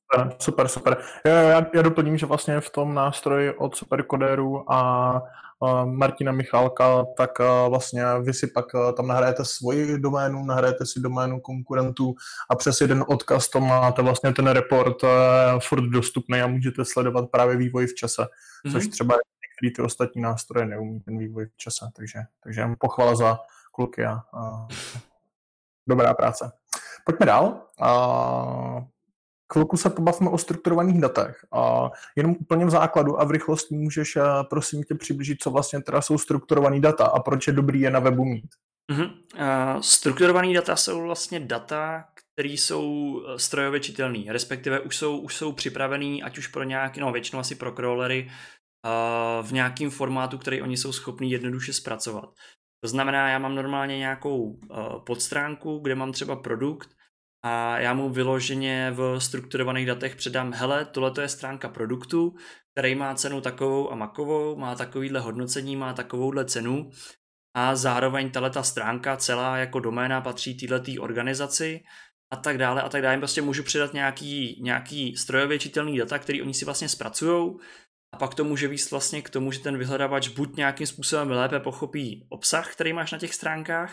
Super, super. Já, já doplním, že vlastně v tom nástroji od Supercodéru a uh, Martina Michálka, tak uh, vlastně vy si pak uh, tam nahrajete svoji doménu, nahrajete si doménu konkurentů a přes jeden odkaz to máte vlastně ten report uh, furt dostupný a můžete sledovat právě vývoj v čase, mm-hmm. což třeba některé ty ostatní nástroje neumí ten vývoj v čase, takže, takže pochvala za kluky a, a dobrá práce. Pojďme dál. Uh, Chvilku se pobavíme o strukturovaných datech. A jenom úplně v základu a v rychlosti můžeš, prosím tě, přiblížit, co vlastně teda jsou strukturovaný data a proč je dobrý je na webu mít. Uh-huh. Uh, strukturovaný data jsou vlastně data, které jsou strojově čitelné, respektive už jsou, už jsou připravený, ať už pro nějaký, no většinou asi pro crawlery, uh, v nějakém formátu, který oni jsou schopní jednoduše zpracovat. To znamená, já mám normálně nějakou uh, podstránku, kde mám třeba produkt, a já mu vyloženě v strukturovaných datech předám, hele, tohleto je stránka produktu, který má cenu takovou a makovou, má takovýhle hodnocení, má takovouhle cenu a zároveň tahleta stránka celá jako doména patří téhletý organizaci a tak dále a tak dále. Prostě můžu předat nějaký, nějaký strojově čitelný data, který oni si vlastně spracujou a pak to může víc vlastně k tomu, že ten vyhledávač buď nějakým způsobem lépe pochopí obsah, který máš na těch stránkách,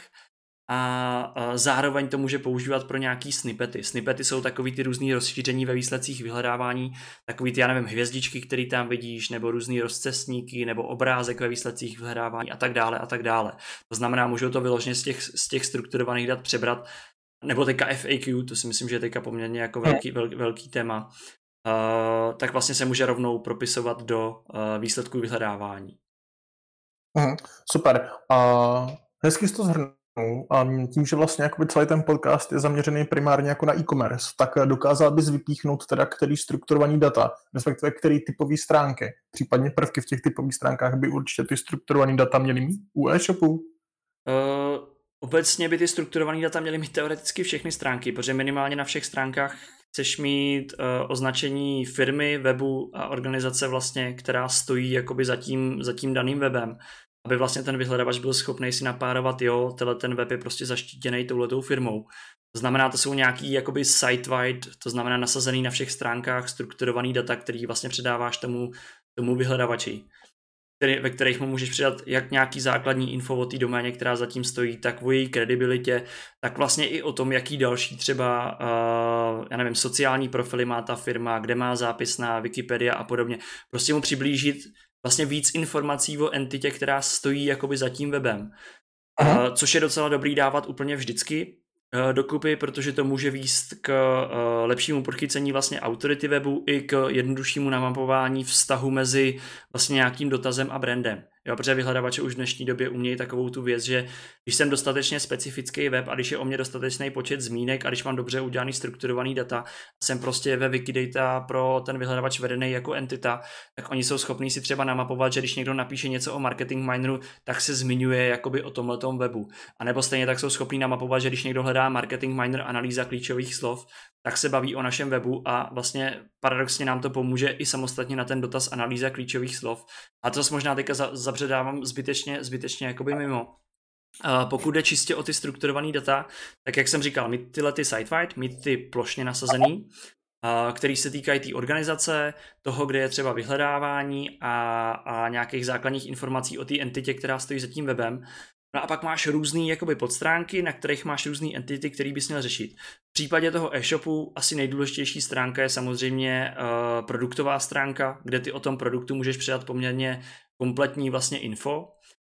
a zároveň to může používat pro nějaký snippety. Snippety jsou takový ty různý rozšíření ve výsledcích vyhledávání, takový ty, já nevím, hvězdičky, který tam vidíš, nebo různý rozcestníky, nebo obrázek ve výsledcích vyhledávání a tak dále a tak dále. To znamená, můžou to vyloženě z těch, z těch strukturovaných dat přebrat, nebo teďka F A Q, to si myslím, že je teďka poměrně jako velký, velký, velký téma, uh, tak vlastně se může rovnou propisovat do uh, výsledků vyhledávání. Mhm, super. Uh, hezky jsi to zhrnul. A tím, že vlastně celý ten podcast je zaměřený primárně jako na e-commerce, tak dokázal bys vypíchnout teda, který strukturovaný data, respektive který typový stránky, případně prvky v těch typových stránkách by určitě ty strukturovaný data měly mít u e-shopu? Uh, obecně by ty strukturovaný data měly mít teoreticky všechny stránky, protože minimálně na všech stránkách chceš mít uh, označení firmy, webu a organizace vlastně, která stojí jakoby za tím, za tím daným webem, aby vlastně ten vyhledávač byl schopný si napárovat, jo, tenhle ten web je prostě zaštítěný touhletou firmou. To znamená, to jsou nějaký jakoby site-wide, to znamená nasazený na všech stránkách strukturovaný data, který vlastně předáváš tomu, tomu vyhledávači, který, ve kterých mu můžeš přidat jak nějaký základní info o té doméně, která zatím stojí, tak o její kredibilitě, tak vlastně i o tom, jaký další třeba, uh, já nevím, sociální profily má ta firma, kde má zápis na Wikipedia a podobně. Prostě mu přiblížit vlastně víc informací o entitě, která stojí jakoby za tím webem. Uh, což je docela dobrý dávat úplně vždycky uh, dokupy, protože to může vést k uh, lepšímu podchycení vlastně autority webu i k jednoduššímu namapování vztahu mezi vlastně nějakým dotazem a brandem. Jo, protože vyhledávače už v dnešní době umějí takovou tu věc, že když jsem dostatečně specifický web a když je o mě dostatečný počet zmínek a když mám dobře udělaný strukturovaný data, jsem prostě ve Wikidata pro ten vyhledávač vedený jako entita, tak oni jsou schopní si třeba namapovat, že když někdo napíše něco o marketing mineru, tak se zmiňuje jakoby o tomhletom webu. A nebo stejně tak jsou schopní namapovat, že když někdo hledá marketing miner analýza klíčových slov, tak se baví o našem webu a vlastně paradoxně nám to pomůže i samostatně na ten dotaz analýza klíčových slov. A to možná teďka zabředávám zbytečně, zbytečně jakoby mimo. Uh, pokud jde čistě o ty strukturované data, tak jak jsem říkal, mít tyhle ty site-wide, mít ty plošně nasazený, uh, který se týkají té organizace, toho, kde je třeba vyhledávání a, a nějakých základních informací o té entitě, která stojí za tím webem. No a pak máš různý jakoby podstránky, na kterých máš různý entity, který bys měl řešit. V případě toho e-shopu asi nejdůležitější stránka je samozřejmě uh, produktová stránka, kde ty o tom produktu můžeš přidat poměrně kompletní vlastně info.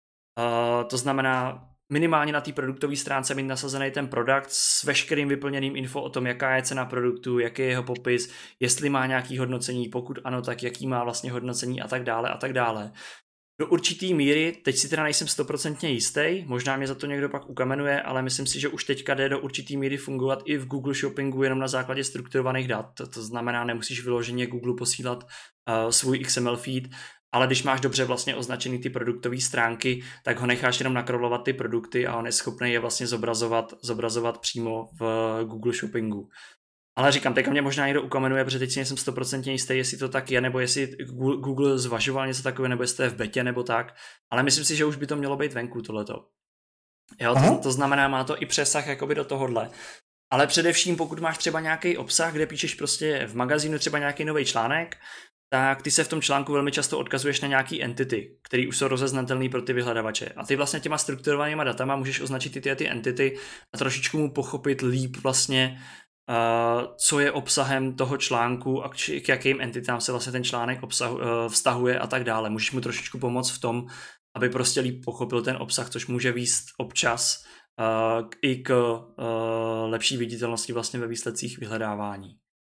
Uh, to znamená minimálně na té produktové stránce mít nasazený ten produkt s veškerým vyplněným info o tom, jaká je cena produktu, jaký je jeho popis, jestli má nějaký hodnocení, pokud ano, tak jaký má vlastně hodnocení a tak dále a tak dále. Do určitý míry, teď si teda nejsem stoprocentně jistý, možná mě za to někdo pak ukamenuje, ale myslím si, že už teďka jde do určitý míry fungovat i v Google Shoppingu jenom na základě strukturovaných dat. To, to znamená, nemusíš vyloženě Google posílat uh, svůj X M L feed, ale když máš dobře vlastně označený ty produktové stránky, tak ho necháš jenom nakrolovat ty produkty a on je schopný je vlastně zobrazovat, zobrazovat přímo v Google Shoppingu. Ale říkám, teďka mě možná někdo ukamenuje, protože teď si nejsem stoprocentně jistý, jestli to tak je, nebo jestli Google zvažoval něco takové, nebo jestli to je v betě, nebo tak. Ale myslím si, že už by to mělo být venku, tohleto. Jo, to, to znamená, má to i přesah jakoby do tohohle. Ale především, pokud máš třeba nějaký obsah, kde píšeš prostě v magazínu třeba nějaký nový článek, tak ty se v tom článku velmi často odkazuješ na nějaký entity, které už jsou rozeznatelné pro ty vyhledávače. A ty vlastně těma strukturovanýma datama můžeš označit ty, ty, ty entity a trošičku mu pochopit líp vlastně, uh, co je obsahem toho článku a k, k jakým entitám se vlastně ten článek obsahu, uh, vztahuje a tak dále. Můžeš mu trošičku pomoct v tom, aby prostě líp pochopil ten obsah, což může vést občas uh, i k uh, lepší viditelnosti vlastně ve výsledcích vyhledávání.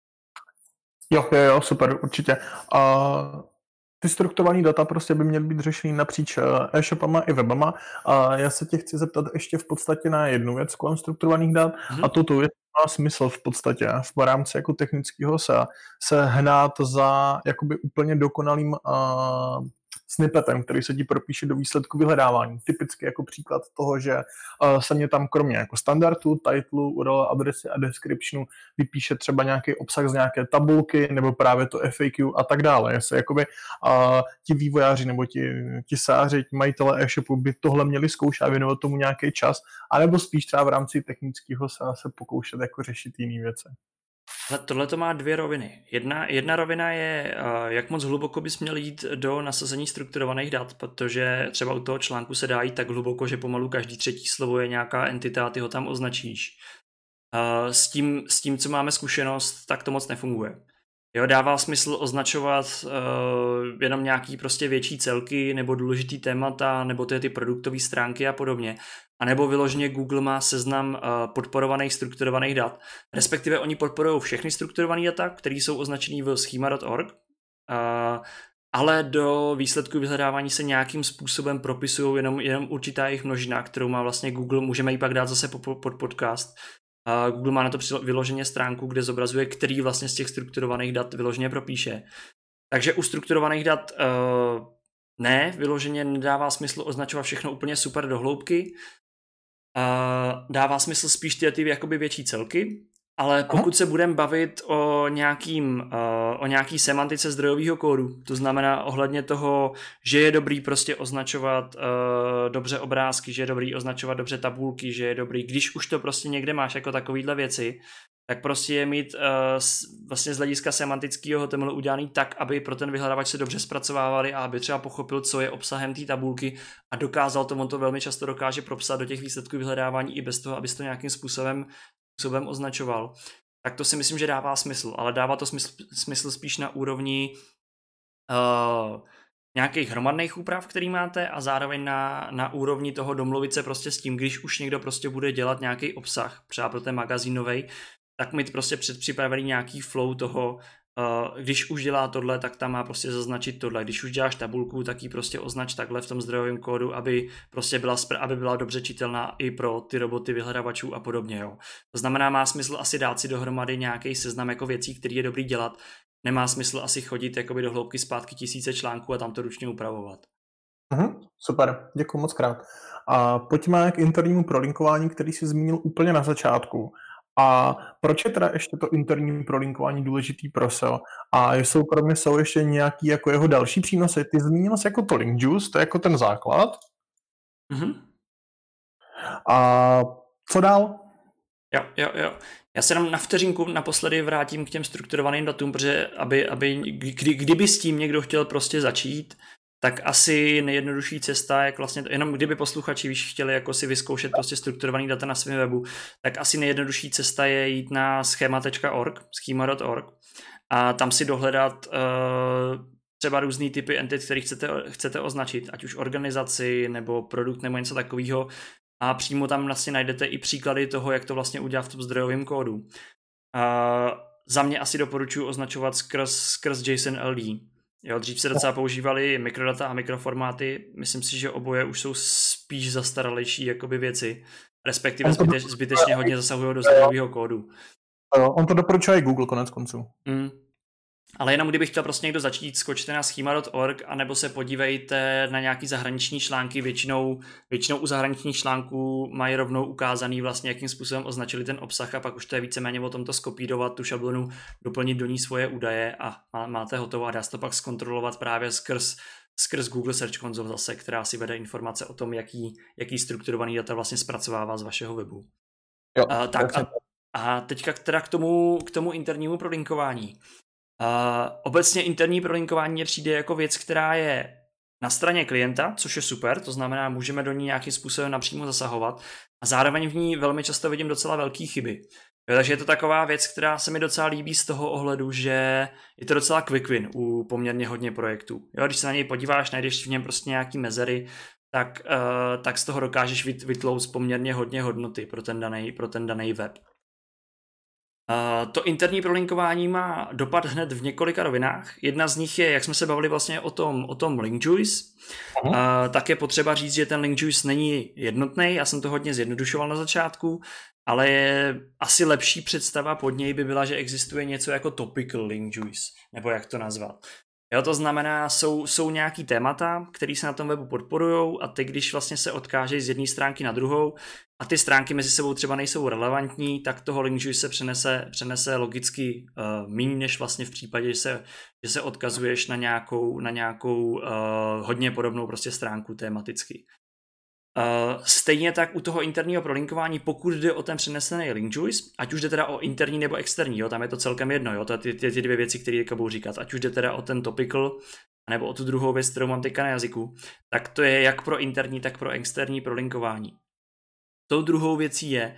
Jo, jo, jo, super, určitě. Uh, ty strukturované data prostě by měly být řešený napříč e-shopama i webama. A já se tě chci zeptat ještě v podstatě na jednu věc kolem strukturovaných dat, mm-hmm. a toto je má smysl v podstatě v rámci jako technického S E A se hnát za jakoby úplně dokonalým uh, snippetem, který se ti propíše do výsledku vyhledávání. Typicky jako příklad toho, že uh, se mě tam kromě jako standardu, titlu, U R L adresy a descriptionu vypíše třeba nějaký obsah z nějaké tabulky nebo právě to F A Q a tak dále. Jestli jakoby uh, ti vývojáři nebo ti, ti sáři, ti majitele e-shopu by tohle měli zkoušet a věnovat tomu nějaký čas, anebo spíš třeba v rámci technického S E A se pokoušet jako řešit jiné věci. Tohle to má dvě roviny. Jedna, jedna rovina je, jak moc hluboko bys měl jít do nasazení strukturovaných dat, protože třeba u toho článku se dá jít tak hluboko, že pomalu každý třetí slovo je nějaká entita a ty ho tam označíš. S tím, s tím, co máme zkušenost, tak to moc nefunguje. Jo, dává smysl označovat uh, jenom nějaký prostě větší celky nebo důležitý témata, nebo ty, ty produktové stránky a podobně. A nebo vyloženě Google má seznam uh, podporovaných strukturovaných dat. Respektive oni podporují všechny strukturované data, které jsou označený v schema tečka org, uh, ale do výsledku vyhledávání se nějakým způsobem propisují jenom, jenom určitá jejich množina, kterou má vlastně Google, můžeme ji pak dát zase pod podcast. Uh, Google má na to vyloženě stránku, kde zobrazuje, který vlastně z těch strukturovaných dat vyloženě propíše. Takže u strukturovaných dat uh, ne, vyloženě nedává smysl označovat všechno úplně super do hloubky. Uh, dává smysl spíš ty, ty jakoby větší celky, ale pokud se budeme bavit o, nějakým, uh, o nějaký semantice zdrojového kódu, to znamená ohledně toho, že je dobrý prostě označovat uh, dobře obrázky, že je dobrý označovat dobře tabulky, že je dobrý, když už to prostě někde máš jako takovýhle věci, tak prostě je mít uh, vlastně z hlediska semantického H T M L udělaný tak, aby pro ten vyhledávač se dobře zpracovávali a aby třeba pochopil, co je obsahem té tabulky a dokázal to, on to velmi často dokáže propsat do těch výsledků vyhledávání i bez toho, aby se to nějakým způsobem způsobem označoval, tak to si myslím, že dává smysl, ale dává to smysl, smysl spíš na úrovni uh, nějakých hromadných úprav, který máte a zároveň na, na úrovni toho domluvit se prostě s tím, když už někdo prostě bude dělat nějaký obsah, třeba pro ten magazín novej, tak mít prostě předpřipravený nějaký flow toho, uh, když už dělá tohle, tak tam má prostě zaznačit tohle, když už děláš tabulku, tak ji prostě označ takhle v tom zdrojovém kódu, aby prostě byla, aby byla dobře čitelná i pro ty roboty vyhledávačů a podobně. Jo. To znamená, má smysl asi dát si dohromady nějaký seznam jako věcí, který je dobrý dělat. Nemá smysl asi chodit jakoby do hloubky zpátky tisíce článků a tam to ručně upravovat. Mhm, super, děkuji moc krát. A pojďme k internímu prolinkování, který jsi zmínil úplně na začátku. A proč je teda ještě to interní prolinkování důležitý pro S E O? A jsou kromě S E O ještě nějaký jako jeho další přínosy? Ty zmínil jsi jako to link juice, to je jako ten základ. Mhm. A co dál? Jo, jo, jo. Já se jenom na vteřinku naposledy vrátím k těm strukturovaným datům, protože aby, aby, kdy, kdyby s tím někdo chtěl prostě začít, tak asi nejjednodušší cesta, jak vlastně, jenom kdyby posluchači víš, chtěli jako si vyzkoušet prostě strukturovaný data na svém webu, tak asi nejjednodušší cesta je jít na schema tečka org, schema tečka org a tam si dohledat uh, třeba různý typy entit, který chcete, chcete označit, ať už organizaci nebo produkt nebo něco takového. A přímo tam vlastně najdete i příklady toho, jak to vlastně udělat v tom zdrojovém kódu. Uh, za mě asi doporučuji označovat skrz, skrz JSON L D. Jo, dřív se docela používaly mikrodata a mikroformáty. Myslím si, že oboje už jsou spíš zastaralejší jakoby věci. Respektive zbyteč, zbytečně hodně zasahují do zdrojového kódu. On to doporučuje i Google konec konců. Mm. Ale jenom kdybych chtěl prostě někdo začít, skočte na schema tečka org anebo se podívejte na nějaký zahraniční články. Většinou, většinou u zahraničních článků mají rovnou ukázaný vlastně, jakým způsobem označili ten obsah a pak už to je víceméně o tom to skopírovat, tu šablonu, doplnit do ní svoje údaje a máte hotovo a dá se to pak zkontrolovat právě skrz, skrz Google Search Console zase, která si vede informace o tom, jaký, jaký strukturovaný data vlastně zpracovává z vašeho webu. Jo, uh, tak a A teďka teda k tomu, k tomu internímu prolinkování. Uh, obecně interní prolinkování mně přijde jako věc, která je na straně klienta, což je super, to znamená, můžeme do ní nějakým způsobem napřímo zasahovat a zároveň v ní velmi často vidím docela velké chyby. Jo, takže je to taková věc, která se mi docela líbí z toho ohledu, že je to docela quick win u poměrně hodně projektů. Jo, když se na něj podíváš, najdeš v něm prostě nějaký mezery, tak, uh, tak z toho dokážeš vytlouct poměrně hodně hodnoty pro ten daný, pro ten daný web. Uh, to interní prolinkování má dopad hned v několika rovinách. Jedna z nich je, jak jsme se bavili vlastně o tom, o tom link juice, uh, tak je potřeba říct, že ten link juice není jednotný. Já jsem to hodně zjednodušoval na začátku, ale je asi lepší představa pod něj by byla, že existuje něco jako topical link juice, nebo jak to nazvat. Jo, to znamená, jsou, jsou nějaký témata, které se na tom webu podporují a ty, když vlastně se odkážeš z jedné stránky na druhou a ty stránky mezi sebou třeba nejsou relevantní, tak toho link juice se přenese, přenese logicky uh, méně, než vlastně v případě, že se, že se odkazuješ na nějakou, na nějakou uh, hodně podobnou prostě stránku tematicky. Uh, stejně tak u toho interního prolinkování, pokud jde o ten přenesený link juice, ať už jde teda o interní nebo externí, jo, tam je to celkem jedno, jo, to ty, ty, ty dvě věci, které teďka budu říkat, ať už jde teda o ten topical, nebo o tu druhou věc, kterou mám teďka na jazyku, tak to je jak pro interní, tak pro externí prolinkování. Tou druhou věcí je,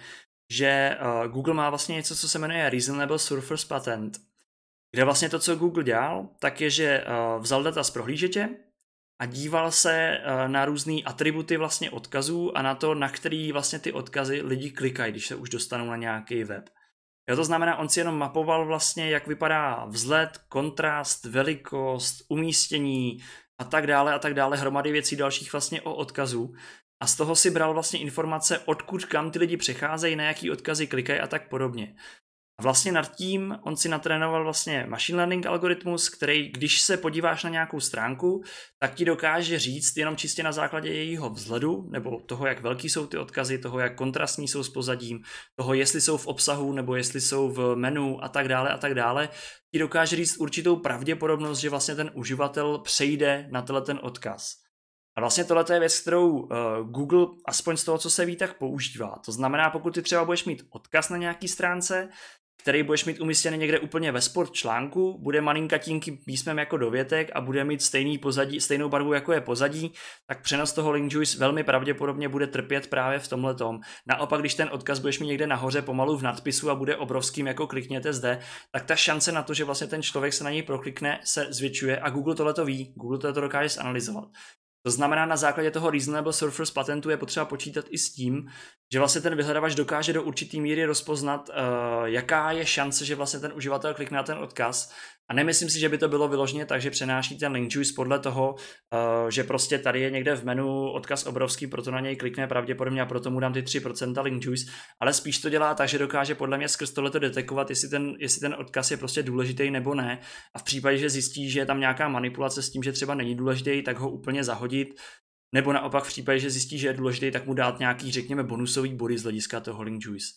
že uh, Google má vlastně něco, co se jmenuje Reasonable Surface Patent, kde vlastně to, co Google dělal, tak je, že uh, vzal data z prohlížeče a díval se na různé atributy vlastně odkazů a na to, na který vlastně ty odkazy lidi klikají, když se už dostanou na nějaký web. Jo, to znamená, on si jenom mapoval vlastně, jak vypadá vzhled, kontrast, velikost, umístění a tak dále a tak dále, hromady věcí dalších vlastně o odkazu. A z toho si bral vlastně informace, odkud kam ty lidi přecházejí, na jaký odkazy klikají a tak podobně. A vlastně nad tím on si natrénoval vlastně machine learning algoritmus, který, když se podíváš na nějakou stránku, tak ti dokáže říct jenom čistě na základě jejího vzhledu, nebo toho, jak velký jsou ty odkazy, toho, jak kontrastní jsou s pozadím, toho, jestli jsou v obsahu, nebo jestli jsou v menu a tak dále a tak dále, ti dokáže říct určitou pravděpodobnost, že vlastně ten uživatel přejde na tenhle ten odkaz. A vlastně tohle je věc, kterou uh, Google, aspoň z toho, co se ví, tak používá. To znamená, pokud ty třeba budeš mít odkaz na nějaký stránce, který budeš mít umístěný někde úplně ve spod článku, bude malinkatínkým písmem jako dovětek a bude mít stejný pozadí, stejnou barvu, jako je pozadí, tak přenos toho link juice velmi pravděpodobně bude trpět právě v tomhletom. Naopak, když ten odkaz budeš mít někde nahoře pomalu v nadpisu a bude obrovským, jako klikněte zde, tak ta šance na to, že vlastně ten člověk se na něj proklikne, se zvětšuje a Google tohleto ví, Google tohleto dokáže zanalyzovat. To znamená, na základě toho Reasonable Surface Patentu je potřeba počítat i s tím, že vlastně ten vyhledávač dokáže do určitý míry rozpoznat, uh, jaká je šance, že vlastně ten uživatel klikne na ten odkaz. A nemyslím si, že by to bylo vyloženě tak, že přenáší ten link juice podle toho, uh, že prostě tady je někde v menu odkaz obrovský, proto na něj klikne pravděpodobně a proto mu dám ty tři procenta link juice, ale spíš to dělá tak, že dokáže podle mě skrz tohleto detekovat, jestli ten, jestli ten odkaz je prostě důležitý nebo ne. A v případě, že zjistí, že je tam nějaká manipulace s tím, že třeba není důležitý, tak ho úplně zahodit. Nebo naopak v případě, že zjistí, že je důležitý, tak mu dát nějaký, řekněme, bonusový body z hlediska toho link juice.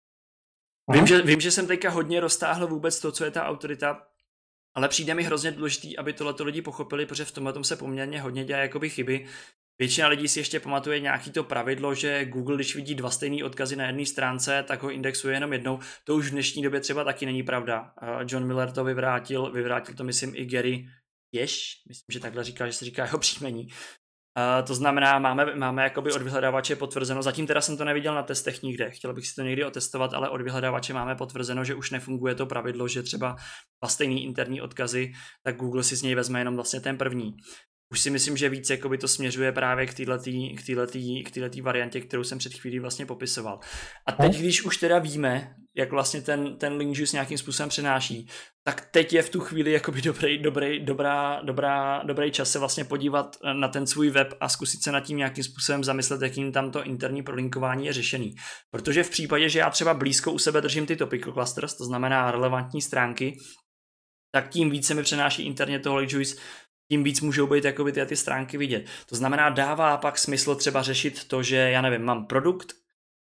Vím že, vím, že jsem teďka hodně roztáhl vůbec to, co je ta autorita, ale přijde mi hrozně důležitý, aby tohleto lidi pochopili, protože v tomhle tom se poměrně hodně dělá jakoby chyby. Většina lidí si ještě pamatuje nějaký to pravidlo, že Google, když vidí dva stejný odkazy na jedné stránce, tak ho indexuje jenom jednou. To už v dnešní době třeba taky není pravda. John Miller to vyvrátil, vyvrátil to myslím i Gary Ješ, myslím, že takhle říká, že se říká jeho příjmení. Uh, to znamená, máme, máme jakoby od vyhledávače potvrzeno, zatím teda jsem to neviděl na testech nikde, chtěl bych si to někdy otestovat, ale od vyhledávače máme potvrzeno, že už nefunguje to pravidlo, že třeba dva stejný interní odkazy, tak Google si z něj vezme jenom vlastně ten první. Už si myslím, že víc jakoby to směřuje právě k této k této k této variantě, kterou jsem před chvílí vlastně popisoval. A teď, když už teda víme, jak vlastně ten, ten link juice nějakým způsobem přenáší, tak teď je v tu chvíli jakoby dobrý, dobrý, dobrá, dobrá, dobrý čas se vlastně podívat na ten svůj web a zkusit se nad tím nějakým způsobem zamyslet, jakým tam to interní prolinkování je řešený. Protože v případě, že já třeba blízko u sebe držím ty topical clusters, to znamená relevantní stránky, tak tím více mi přenáší interně toho link juice, tím víc můžou být jakoby ty, ty stránky vidět. To znamená, dává pak smysl třeba řešit to, že já nevím, mám produkt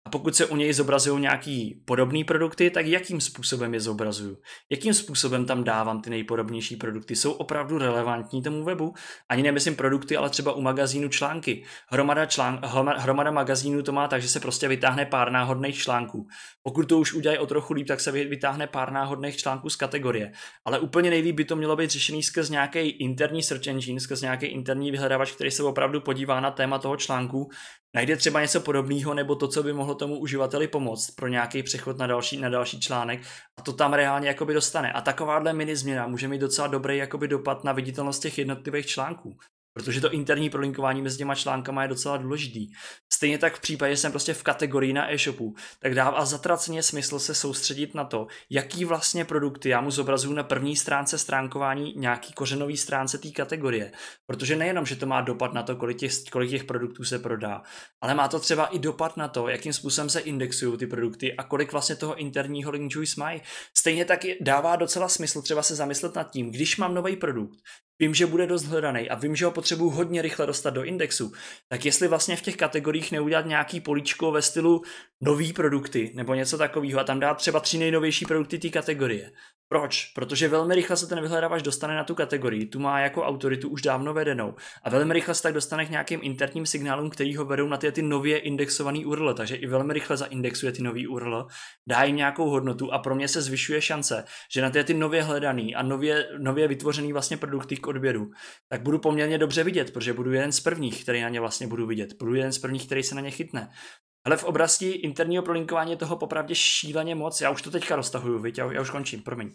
A pokud se u něj zobrazují nějaký podobné produkty, tak jakým způsobem je zobrazuju? Jakým způsobem tam dávám ty nejpodobnější produkty? Jsou opravdu relevantní tomu webu? Ani nemyslím produkty, ale třeba u magazínu články. Hromada, člán, hromada magazínů to má tak, že se prostě vytáhne pár náhodných článků. Pokud to už udělají o trochu líp, tak se vytáhne pár náhodných článků z kategorie. Ale úplně nejlíp by to mělo být řešený skrz nějaký interní search engine, skrz nějaký interní vyhledávač, který se opravdu podívá na téma toho článku, najde třeba něco podobného nebo to, co by mohlo tomu uživateli pomoct pro nějaký přechod na další, na další článek a to tam reálně jakoby dostane. A takováhle mini změna může mít docela dobrý jakoby dopad na viditelnost těch jednotlivých článků. Protože to interní prolinkování mezi těma článkama je docela důležitý. Stejně tak v případě, že jsem prostě v kategorii na e-shopu, tak dává zatraceně smysl se soustředit na to, jaký vlastně produkty já mu zobrazuju na první stránce stránkování nějaký kořenový stránce té kategorie. Protože nejenom, že to má dopad na to, kolik těch, kolik těch produktů se prodá, ale má to třeba i dopad na to, jakým způsobem se indexují ty produkty a kolik vlastně toho interního link juice mají. Stejně tak dává docela smysl třeba se zamyslet nad tím, když mám nový produkt, vím, že bude dost hledaný a vím, že ho potřebuji hodně rychle dostat do indexu, tak jestli vlastně v těch kategoriích neudělat nějaký políčko ve stylu nový produkty nebo něco takového a tam dát třeba tři nejnovější produkty té kategorie. Proč? Protože velmi rychle se ten vyhledávač dostane na tu kategorii, tu má jako autoritu už dávno vedenou a velmi rychle se tak dostane k nějakým interním signálům, který ho vedou na ty, ty nově indexovaný U R L, takže i velmi rychle zaindexuje ty nový U R L, dá jim nějakou hodnotu a pro mě se zvyšuje šance, že na ty, ty nově hledaný a nově, nově vytvořený vlastně produkty k odběru, tak budu poměrně dobře vidět, protože budu jeden z prvních, který na ně vlastně budu vidět. Budu jeden z prvních, který se na ně chytne. Ale v oblasti interního prolinkování je toho popravdě šíleně moc. Já už to teďka roztahuju, viď? Já, já už končím, promiň.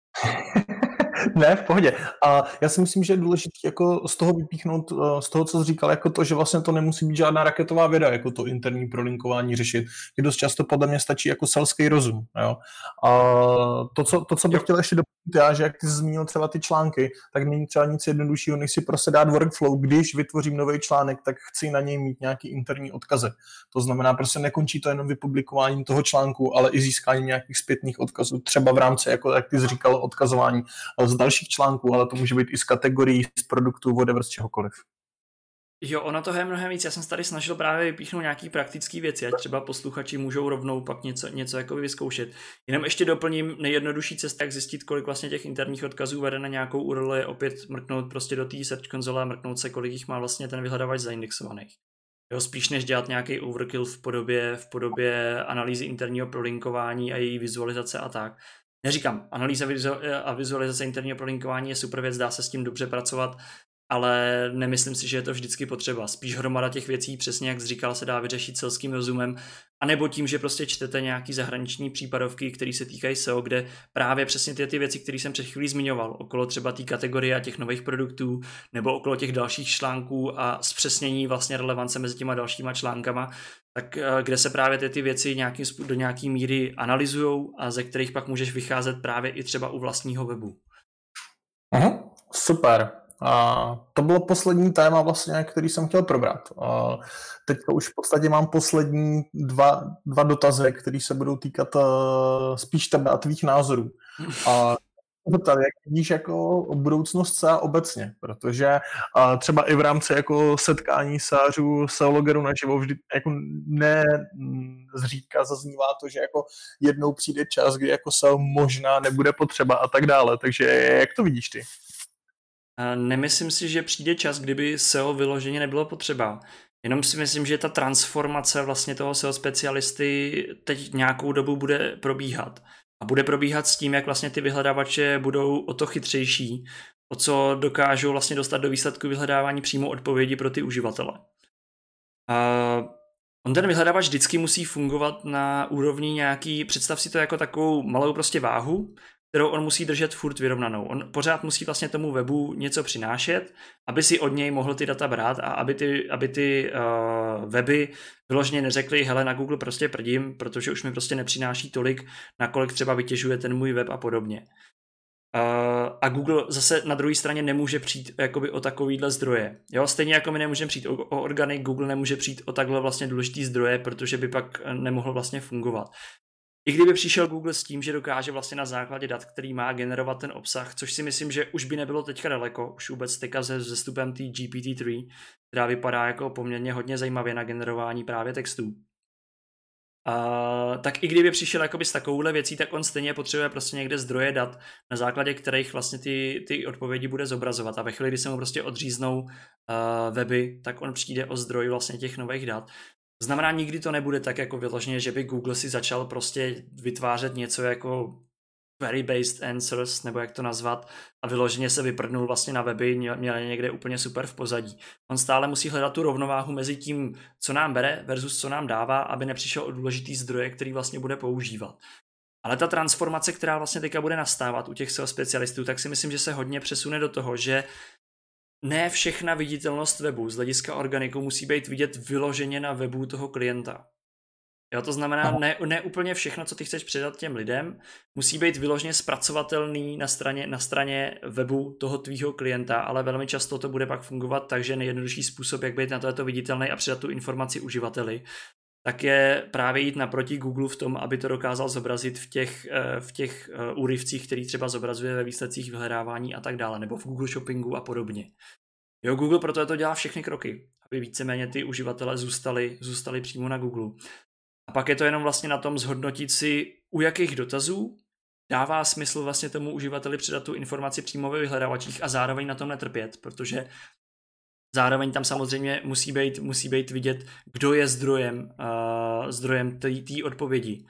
Ne, v pohodě. A já si myslím, že je důležité jako z toho vypíchnout, z toho, co jsi říkal, jako to, že vlastně to nemusí být žádná raketová věda, jako to interní prolinkování řešit. Je dost často podle mě stačí jako selský rozum. Jo? A to, co, to, co bych chtěl ještě doplnit já, že jak ty jsi zmínil třeba ty články, tak není třeba nic jednoduššího, než si prostě dát workflow. Když vytvořím nový článek, tak chci na něj mít nějaký interní odkazy. To znamená, prostě nekončí to jenom vypublikováním toho článku, ale i získáním nějakých zpětných odkazů, třeba v rámci, jako jak ty jsi říkal, odkazování z dalších článků, ale to může být i z kategorií, z produktů, whatever, z čehokoliv. Jo, ono toho je mnohem víc. Já jsem se tady snažil právě vypíchnout nějaký praktický věci, ať třeba posluchači můžou rovnou pak něco, něco jako vyzkoušet. Jenom ještě doplním nejjednodušší cesta, jak zjistit, kolik vlastně těch interních odkazů vede na nějakou U R L, je opět mrknout prostě do té search konzole a mrknout se, kolik jich má vlastně ten vyhledávač zaindexovaných. Jo, spíš než dělat nějaký overkill v podobě, v podobě analýzy interního prolinkování a její vizualizace a tak. Neříkám, analýza a vizualizace interního prolinkování je super věc, dá se s tím dobře pracovat, ale nemyslím si, že je to vždycky potřeba. Spíš hromada těch věcí, přesně jak jsi říkal, se dá vyřešit selským rozumem, anebo tím, že prostě čtete nějaký zahraniční případovky, které se týkají S E O, kde právě přesně ty, ty věci, které jsem před chvílí zmiňoval, okolo třeba té kategorie a těch nových produktů, nebo okolo těch dalších článků a zpřesnění vlastně relevance mezi těma dalšíma článkama, tak kde se právě ty, ty věci nějakým, do nějaký míry analyzujou a ze kterých pak můžeš vycházet právě i třeba u vlastního webu. Aha, super. A to bylo poslední téma, vlastně, který jsem chtěl probrat. A teďka už v podstatě mám poslední dva, dva dotazy, které se budou týkat uh, spíš tebe a tvých názorů. A tady, jak vidíš jako budoucnost S E A obecně, protože uh, třeba i v rámci jako setkání sářů, SEOlogerů naživo vždy jako ne zřídka zaznívá to, že jako jednou přijde čas, kdy jako S E O možná nebude potřeba a tak dále. Takže jak to vidíš ty? Nemyslím si, že přijde čas, kdyby S E O vyloženě nebylo potřeba. Jenom si myslím, že ta transformace vlastně toho S E O specialisty teď nějakou dobu bude probíhat. A bude probíhat s tím, jak vlastně ty vyhledávače budou o to chytřejší, o co dokážou vlastně dostat do výsledku vyhledávání přímo odpovědi pro ty uživatele. Uh, on ten vyhledávač vždycky musí fungovat na úrovni nějaký, představ si to jako takovou malou prostě váhu, kterou on musí držet furt vyrovnanou. On pořád musí vlastně tomu webu něco přinášet, aby si od něj mohl ty data brát a aby ty, aby ty uh, weby vyloženě neřekly, hele, na Google prostě prdím, protože už mi prostě nepřináší tolik, nakolik třeba vytěžuje ten můj web a podobně. Uh, a Google zase na druhé straně nemůže přijít jakoby o takovýhle zdroje. Jo? Stejně jako my nemůžeme přijít o, o organik, Google nemůže přijít o takhle vlastně důležitý zdroje, protože by pak nemohl vlastně fungovat. I kdyby přišel Google s tím, že dokáže vlastně na základě dat, který má, generovat ten obsah, což si myslím, že už by nebylo teďka daleko, už vůbec teďka se vzestupem té G P T tři, která vypadá jako poměrně hodně zajímavě na generování právě textů. Uh, tak i kdyby přišel jakoby s takovouhle věcí, tak on stejně potřebuje prostě někde zdroje dat, na základě kterých vlastně ty, ty odpovědi bude zobrazovat. A ve chvíli, kdy se mu prostě odříznou uh, weby, tak on přijde o zdroj vlastně těch nových dat. To znamená, nikdy to nebude tak jako vyloženě, že by Google si začal prostě vytvářet něco jako query-based answers, nebo jak to nazvat, a vyloženě se vyprdnul vlastně na weby, měl někde úplně super v pozadí. On stále musí hledat tu rovnováhu mezi tím, co nám bere versus co nám dává, aby nepřišel o důležitý zdroje, který vlastně bude používat. Ale ta transformace, která vlastně teďka bude nastávat u těch S E O specialistů, tak si myslím, že se hodně přesune do toho, že ne všechna viditelnost webu z hlediska organiku musí být vidět vyloženě na webu toho klienta. Jo, to znamená, ne, ne úplně všechno, co ty chceš předat těm lidem, musí být vyloženě zpracovatelný na straně, na straně webu toho tvýho klienta, ale velmi často to bude pak fungovat tak, že nejjednodušší způsob, jak být na to, je to viditelný a předat tu informaci uživateli, tak je právě jít naproti Google v tom, aby to dokázal zobrazit v těch, v těch úryvcích, který třeba zobrazuje ve výsledcích vyhledávání a tak dále, nebo v Google Shoppingu a podobně. Jo, Google proto to dělá všechny kroky, aby víceméně ty uživatelé zůstali, zůstali přímo na Google. A pak je to jenom vlastně na tom zhodnotit si, u jakých dotazů dává smysl vlastně tomu uživateli předat tu informaci přímo ve vyhledávačích a zároveň na tom netrpět, protože zároveň tam samozřejmě musí být, musí být vidět, kdo je zdrojem, uh, zdrojem té odpovědi.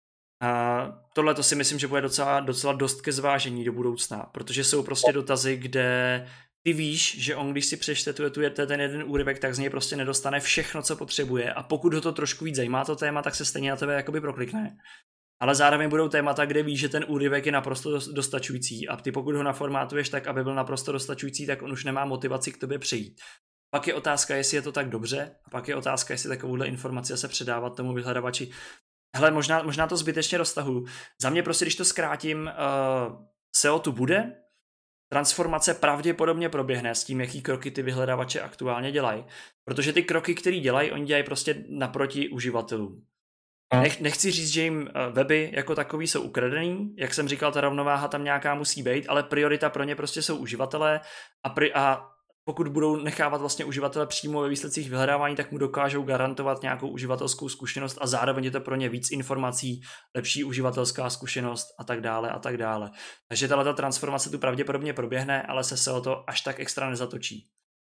Uh, tohle to si myslím, že bude docela, docela dost ke zvážení do budoucna, protože jsou prostě dotazy, kde ty víš, že on, když si přečte tu, tu, ten jeden úryvek, tak z něj prostě nedostane všechno, co potřebuje, a pokud ho to trošku víc zajímá to téma, tak se stejně na tebe jakoby proklikne. Ale zároveň budou témata, kde víš, že ten úryvek je naprosto dostačující, a ty pokud ho naformátuješ tak, aby byl naprosto dostačující, tak on už nemá motivaci k tobě přijít. Pak je otázka, jestli je to tak dobře, a pak je otázka, jestli takovouhle informaci se předávat tomu vyhledávači. Hele, možná, možná to zbytečně roztahuju. Za mě prostě, když to zkrátím, uh, S E O tu bude, transformace pravděpodobně proběhne s tím, jaký kroky ty vyhledávače aktuálně dělají. Protože ty kroky, které dělají, oni dělají prostě naproti uživatelům. Nech, nechci říct, že jim weby jako takový jsou ukradený, jak jsem říkal, ta rovnováha tam nějaká musí být, ale priorita pro ně prostě jsou uživatelé a, pri, a pokud budou nechávat vlastně uživatele přímo ve výsledcích vyhledávání, tak mu dokážou garantovat nějakou uživatelskou zkušenost a zároveň je to pro ně víc informací, lepší uživatelská zkušenost a tak dále a tak dále. Takže tato transformace tu pravděpodobně proběhne, ale se S E O to až tak extra nezatočí.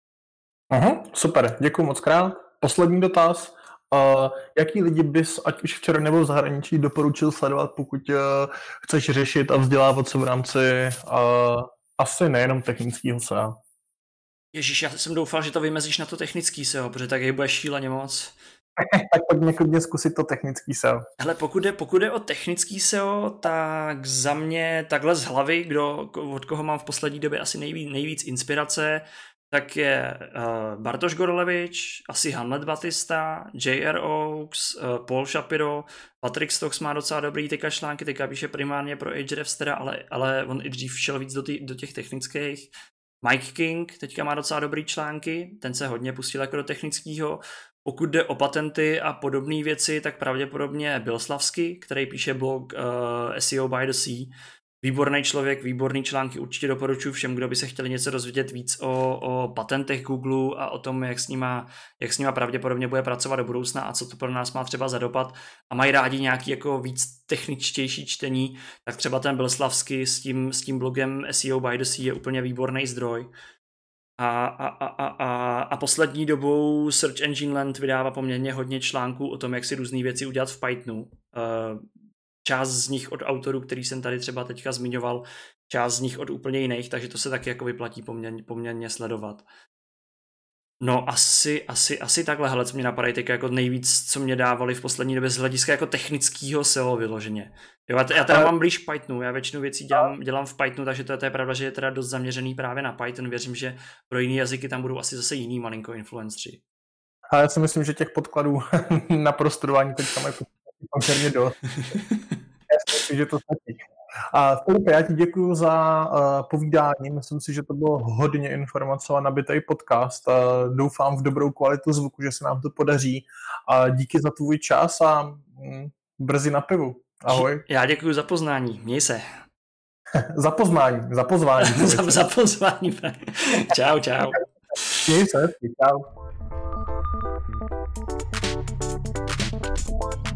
Aha, super, děkuji moc krát. Poslední dotaz. Uh, jaký lidi bys, ať už včera nebo v zahraničí, doporučil sledovat, pokud uh, chceš řešit a vzdělávat se v rámci uh, asi nejenom technického S E O? Ježíš, já jsem doufal, že to vymezíš na to technický S E O, protože tak jej bude šíleně moc. Tak pojďme klidně zkusit to technický S E O. Hele, pokud je, pokud je o technický S E O, tak za mě takhle z hlavy, kdo, od koho mám v poslední době asi nejvíc, nejvíc inspirace, tak je uh, Bartoš Gorolevič, asi Hamlet Batista, J R Oaks, uh, Paul Shapiro, Patrick Stokes má docela dobrý teďka články, teďka píše primárně pro Ahrefs teda, ale, ale on i dřív šel víc do, ty, do těch technických. Mike King teďka má docela dobrý články, ten se hodně pustil jako do technického. Pokud jde o patenty a podobné věci, tak pravděpodobně Bill Slavsky, který píše blog uh, S E O by the Sea. Výborný člověk, výborný články, určitě doporučuji všem, kdo by se chtěli něco dozvědět víc o, o patentech Google a o tom, jak s, nima, jak s nima pravděpodobně bude pracovat do budoucna a co to pro nás má třeba za dopad a mají rádi nějaký jako víc techničtější čtení, tak třeba ten Bill Slavsky s tím, s tím blogem S E O by the Sea je úplně výborný zdroj. A, a, a, a, a, a poslední dobou Search Engine Land vydává poměrně hodně článků o tom, jak si různé věci udělat v Pythonu. Uh, část z nich od autorů, který jsem tady třeba teďka zmiňoval, část z nich od úplně jiných, takže to se taky jako vyplatí poměrně, poměrně sledovat. No asi, asi, asi takhle, hele, co mě napadají teď jako nejvíc, co mě dávali v poslední době z hlediska jako technického S E O vyloženě. Jo, já, t- já teda mám blíž k Pythonu, já většinu věcí dělám, dělám v Pythonu, takže to je, to je pravda, že je teda dost zaměřený právě na Python, věřím, že pro jiný jazyky tam budou asi zase jiný malinko influenceři. A já si myslím, že těch podkladů na prostudování teď tam je poměrně dost. Já si myslím, že to stačí. A Filipe, já ti děkuji za uh, povídání. Myslím si, že to bylo hodně informací a nabitý podcast. Uh, doufám v dobrou kvalitu zvuku, že se nám to podaří. A díky za tvůj čas a mm, brzy na pivu. Ahoj. Já děkuji za poznání. Měj se. za poznání, za pozvání. za, za pozvání. Čau, čau. Měj se, čau.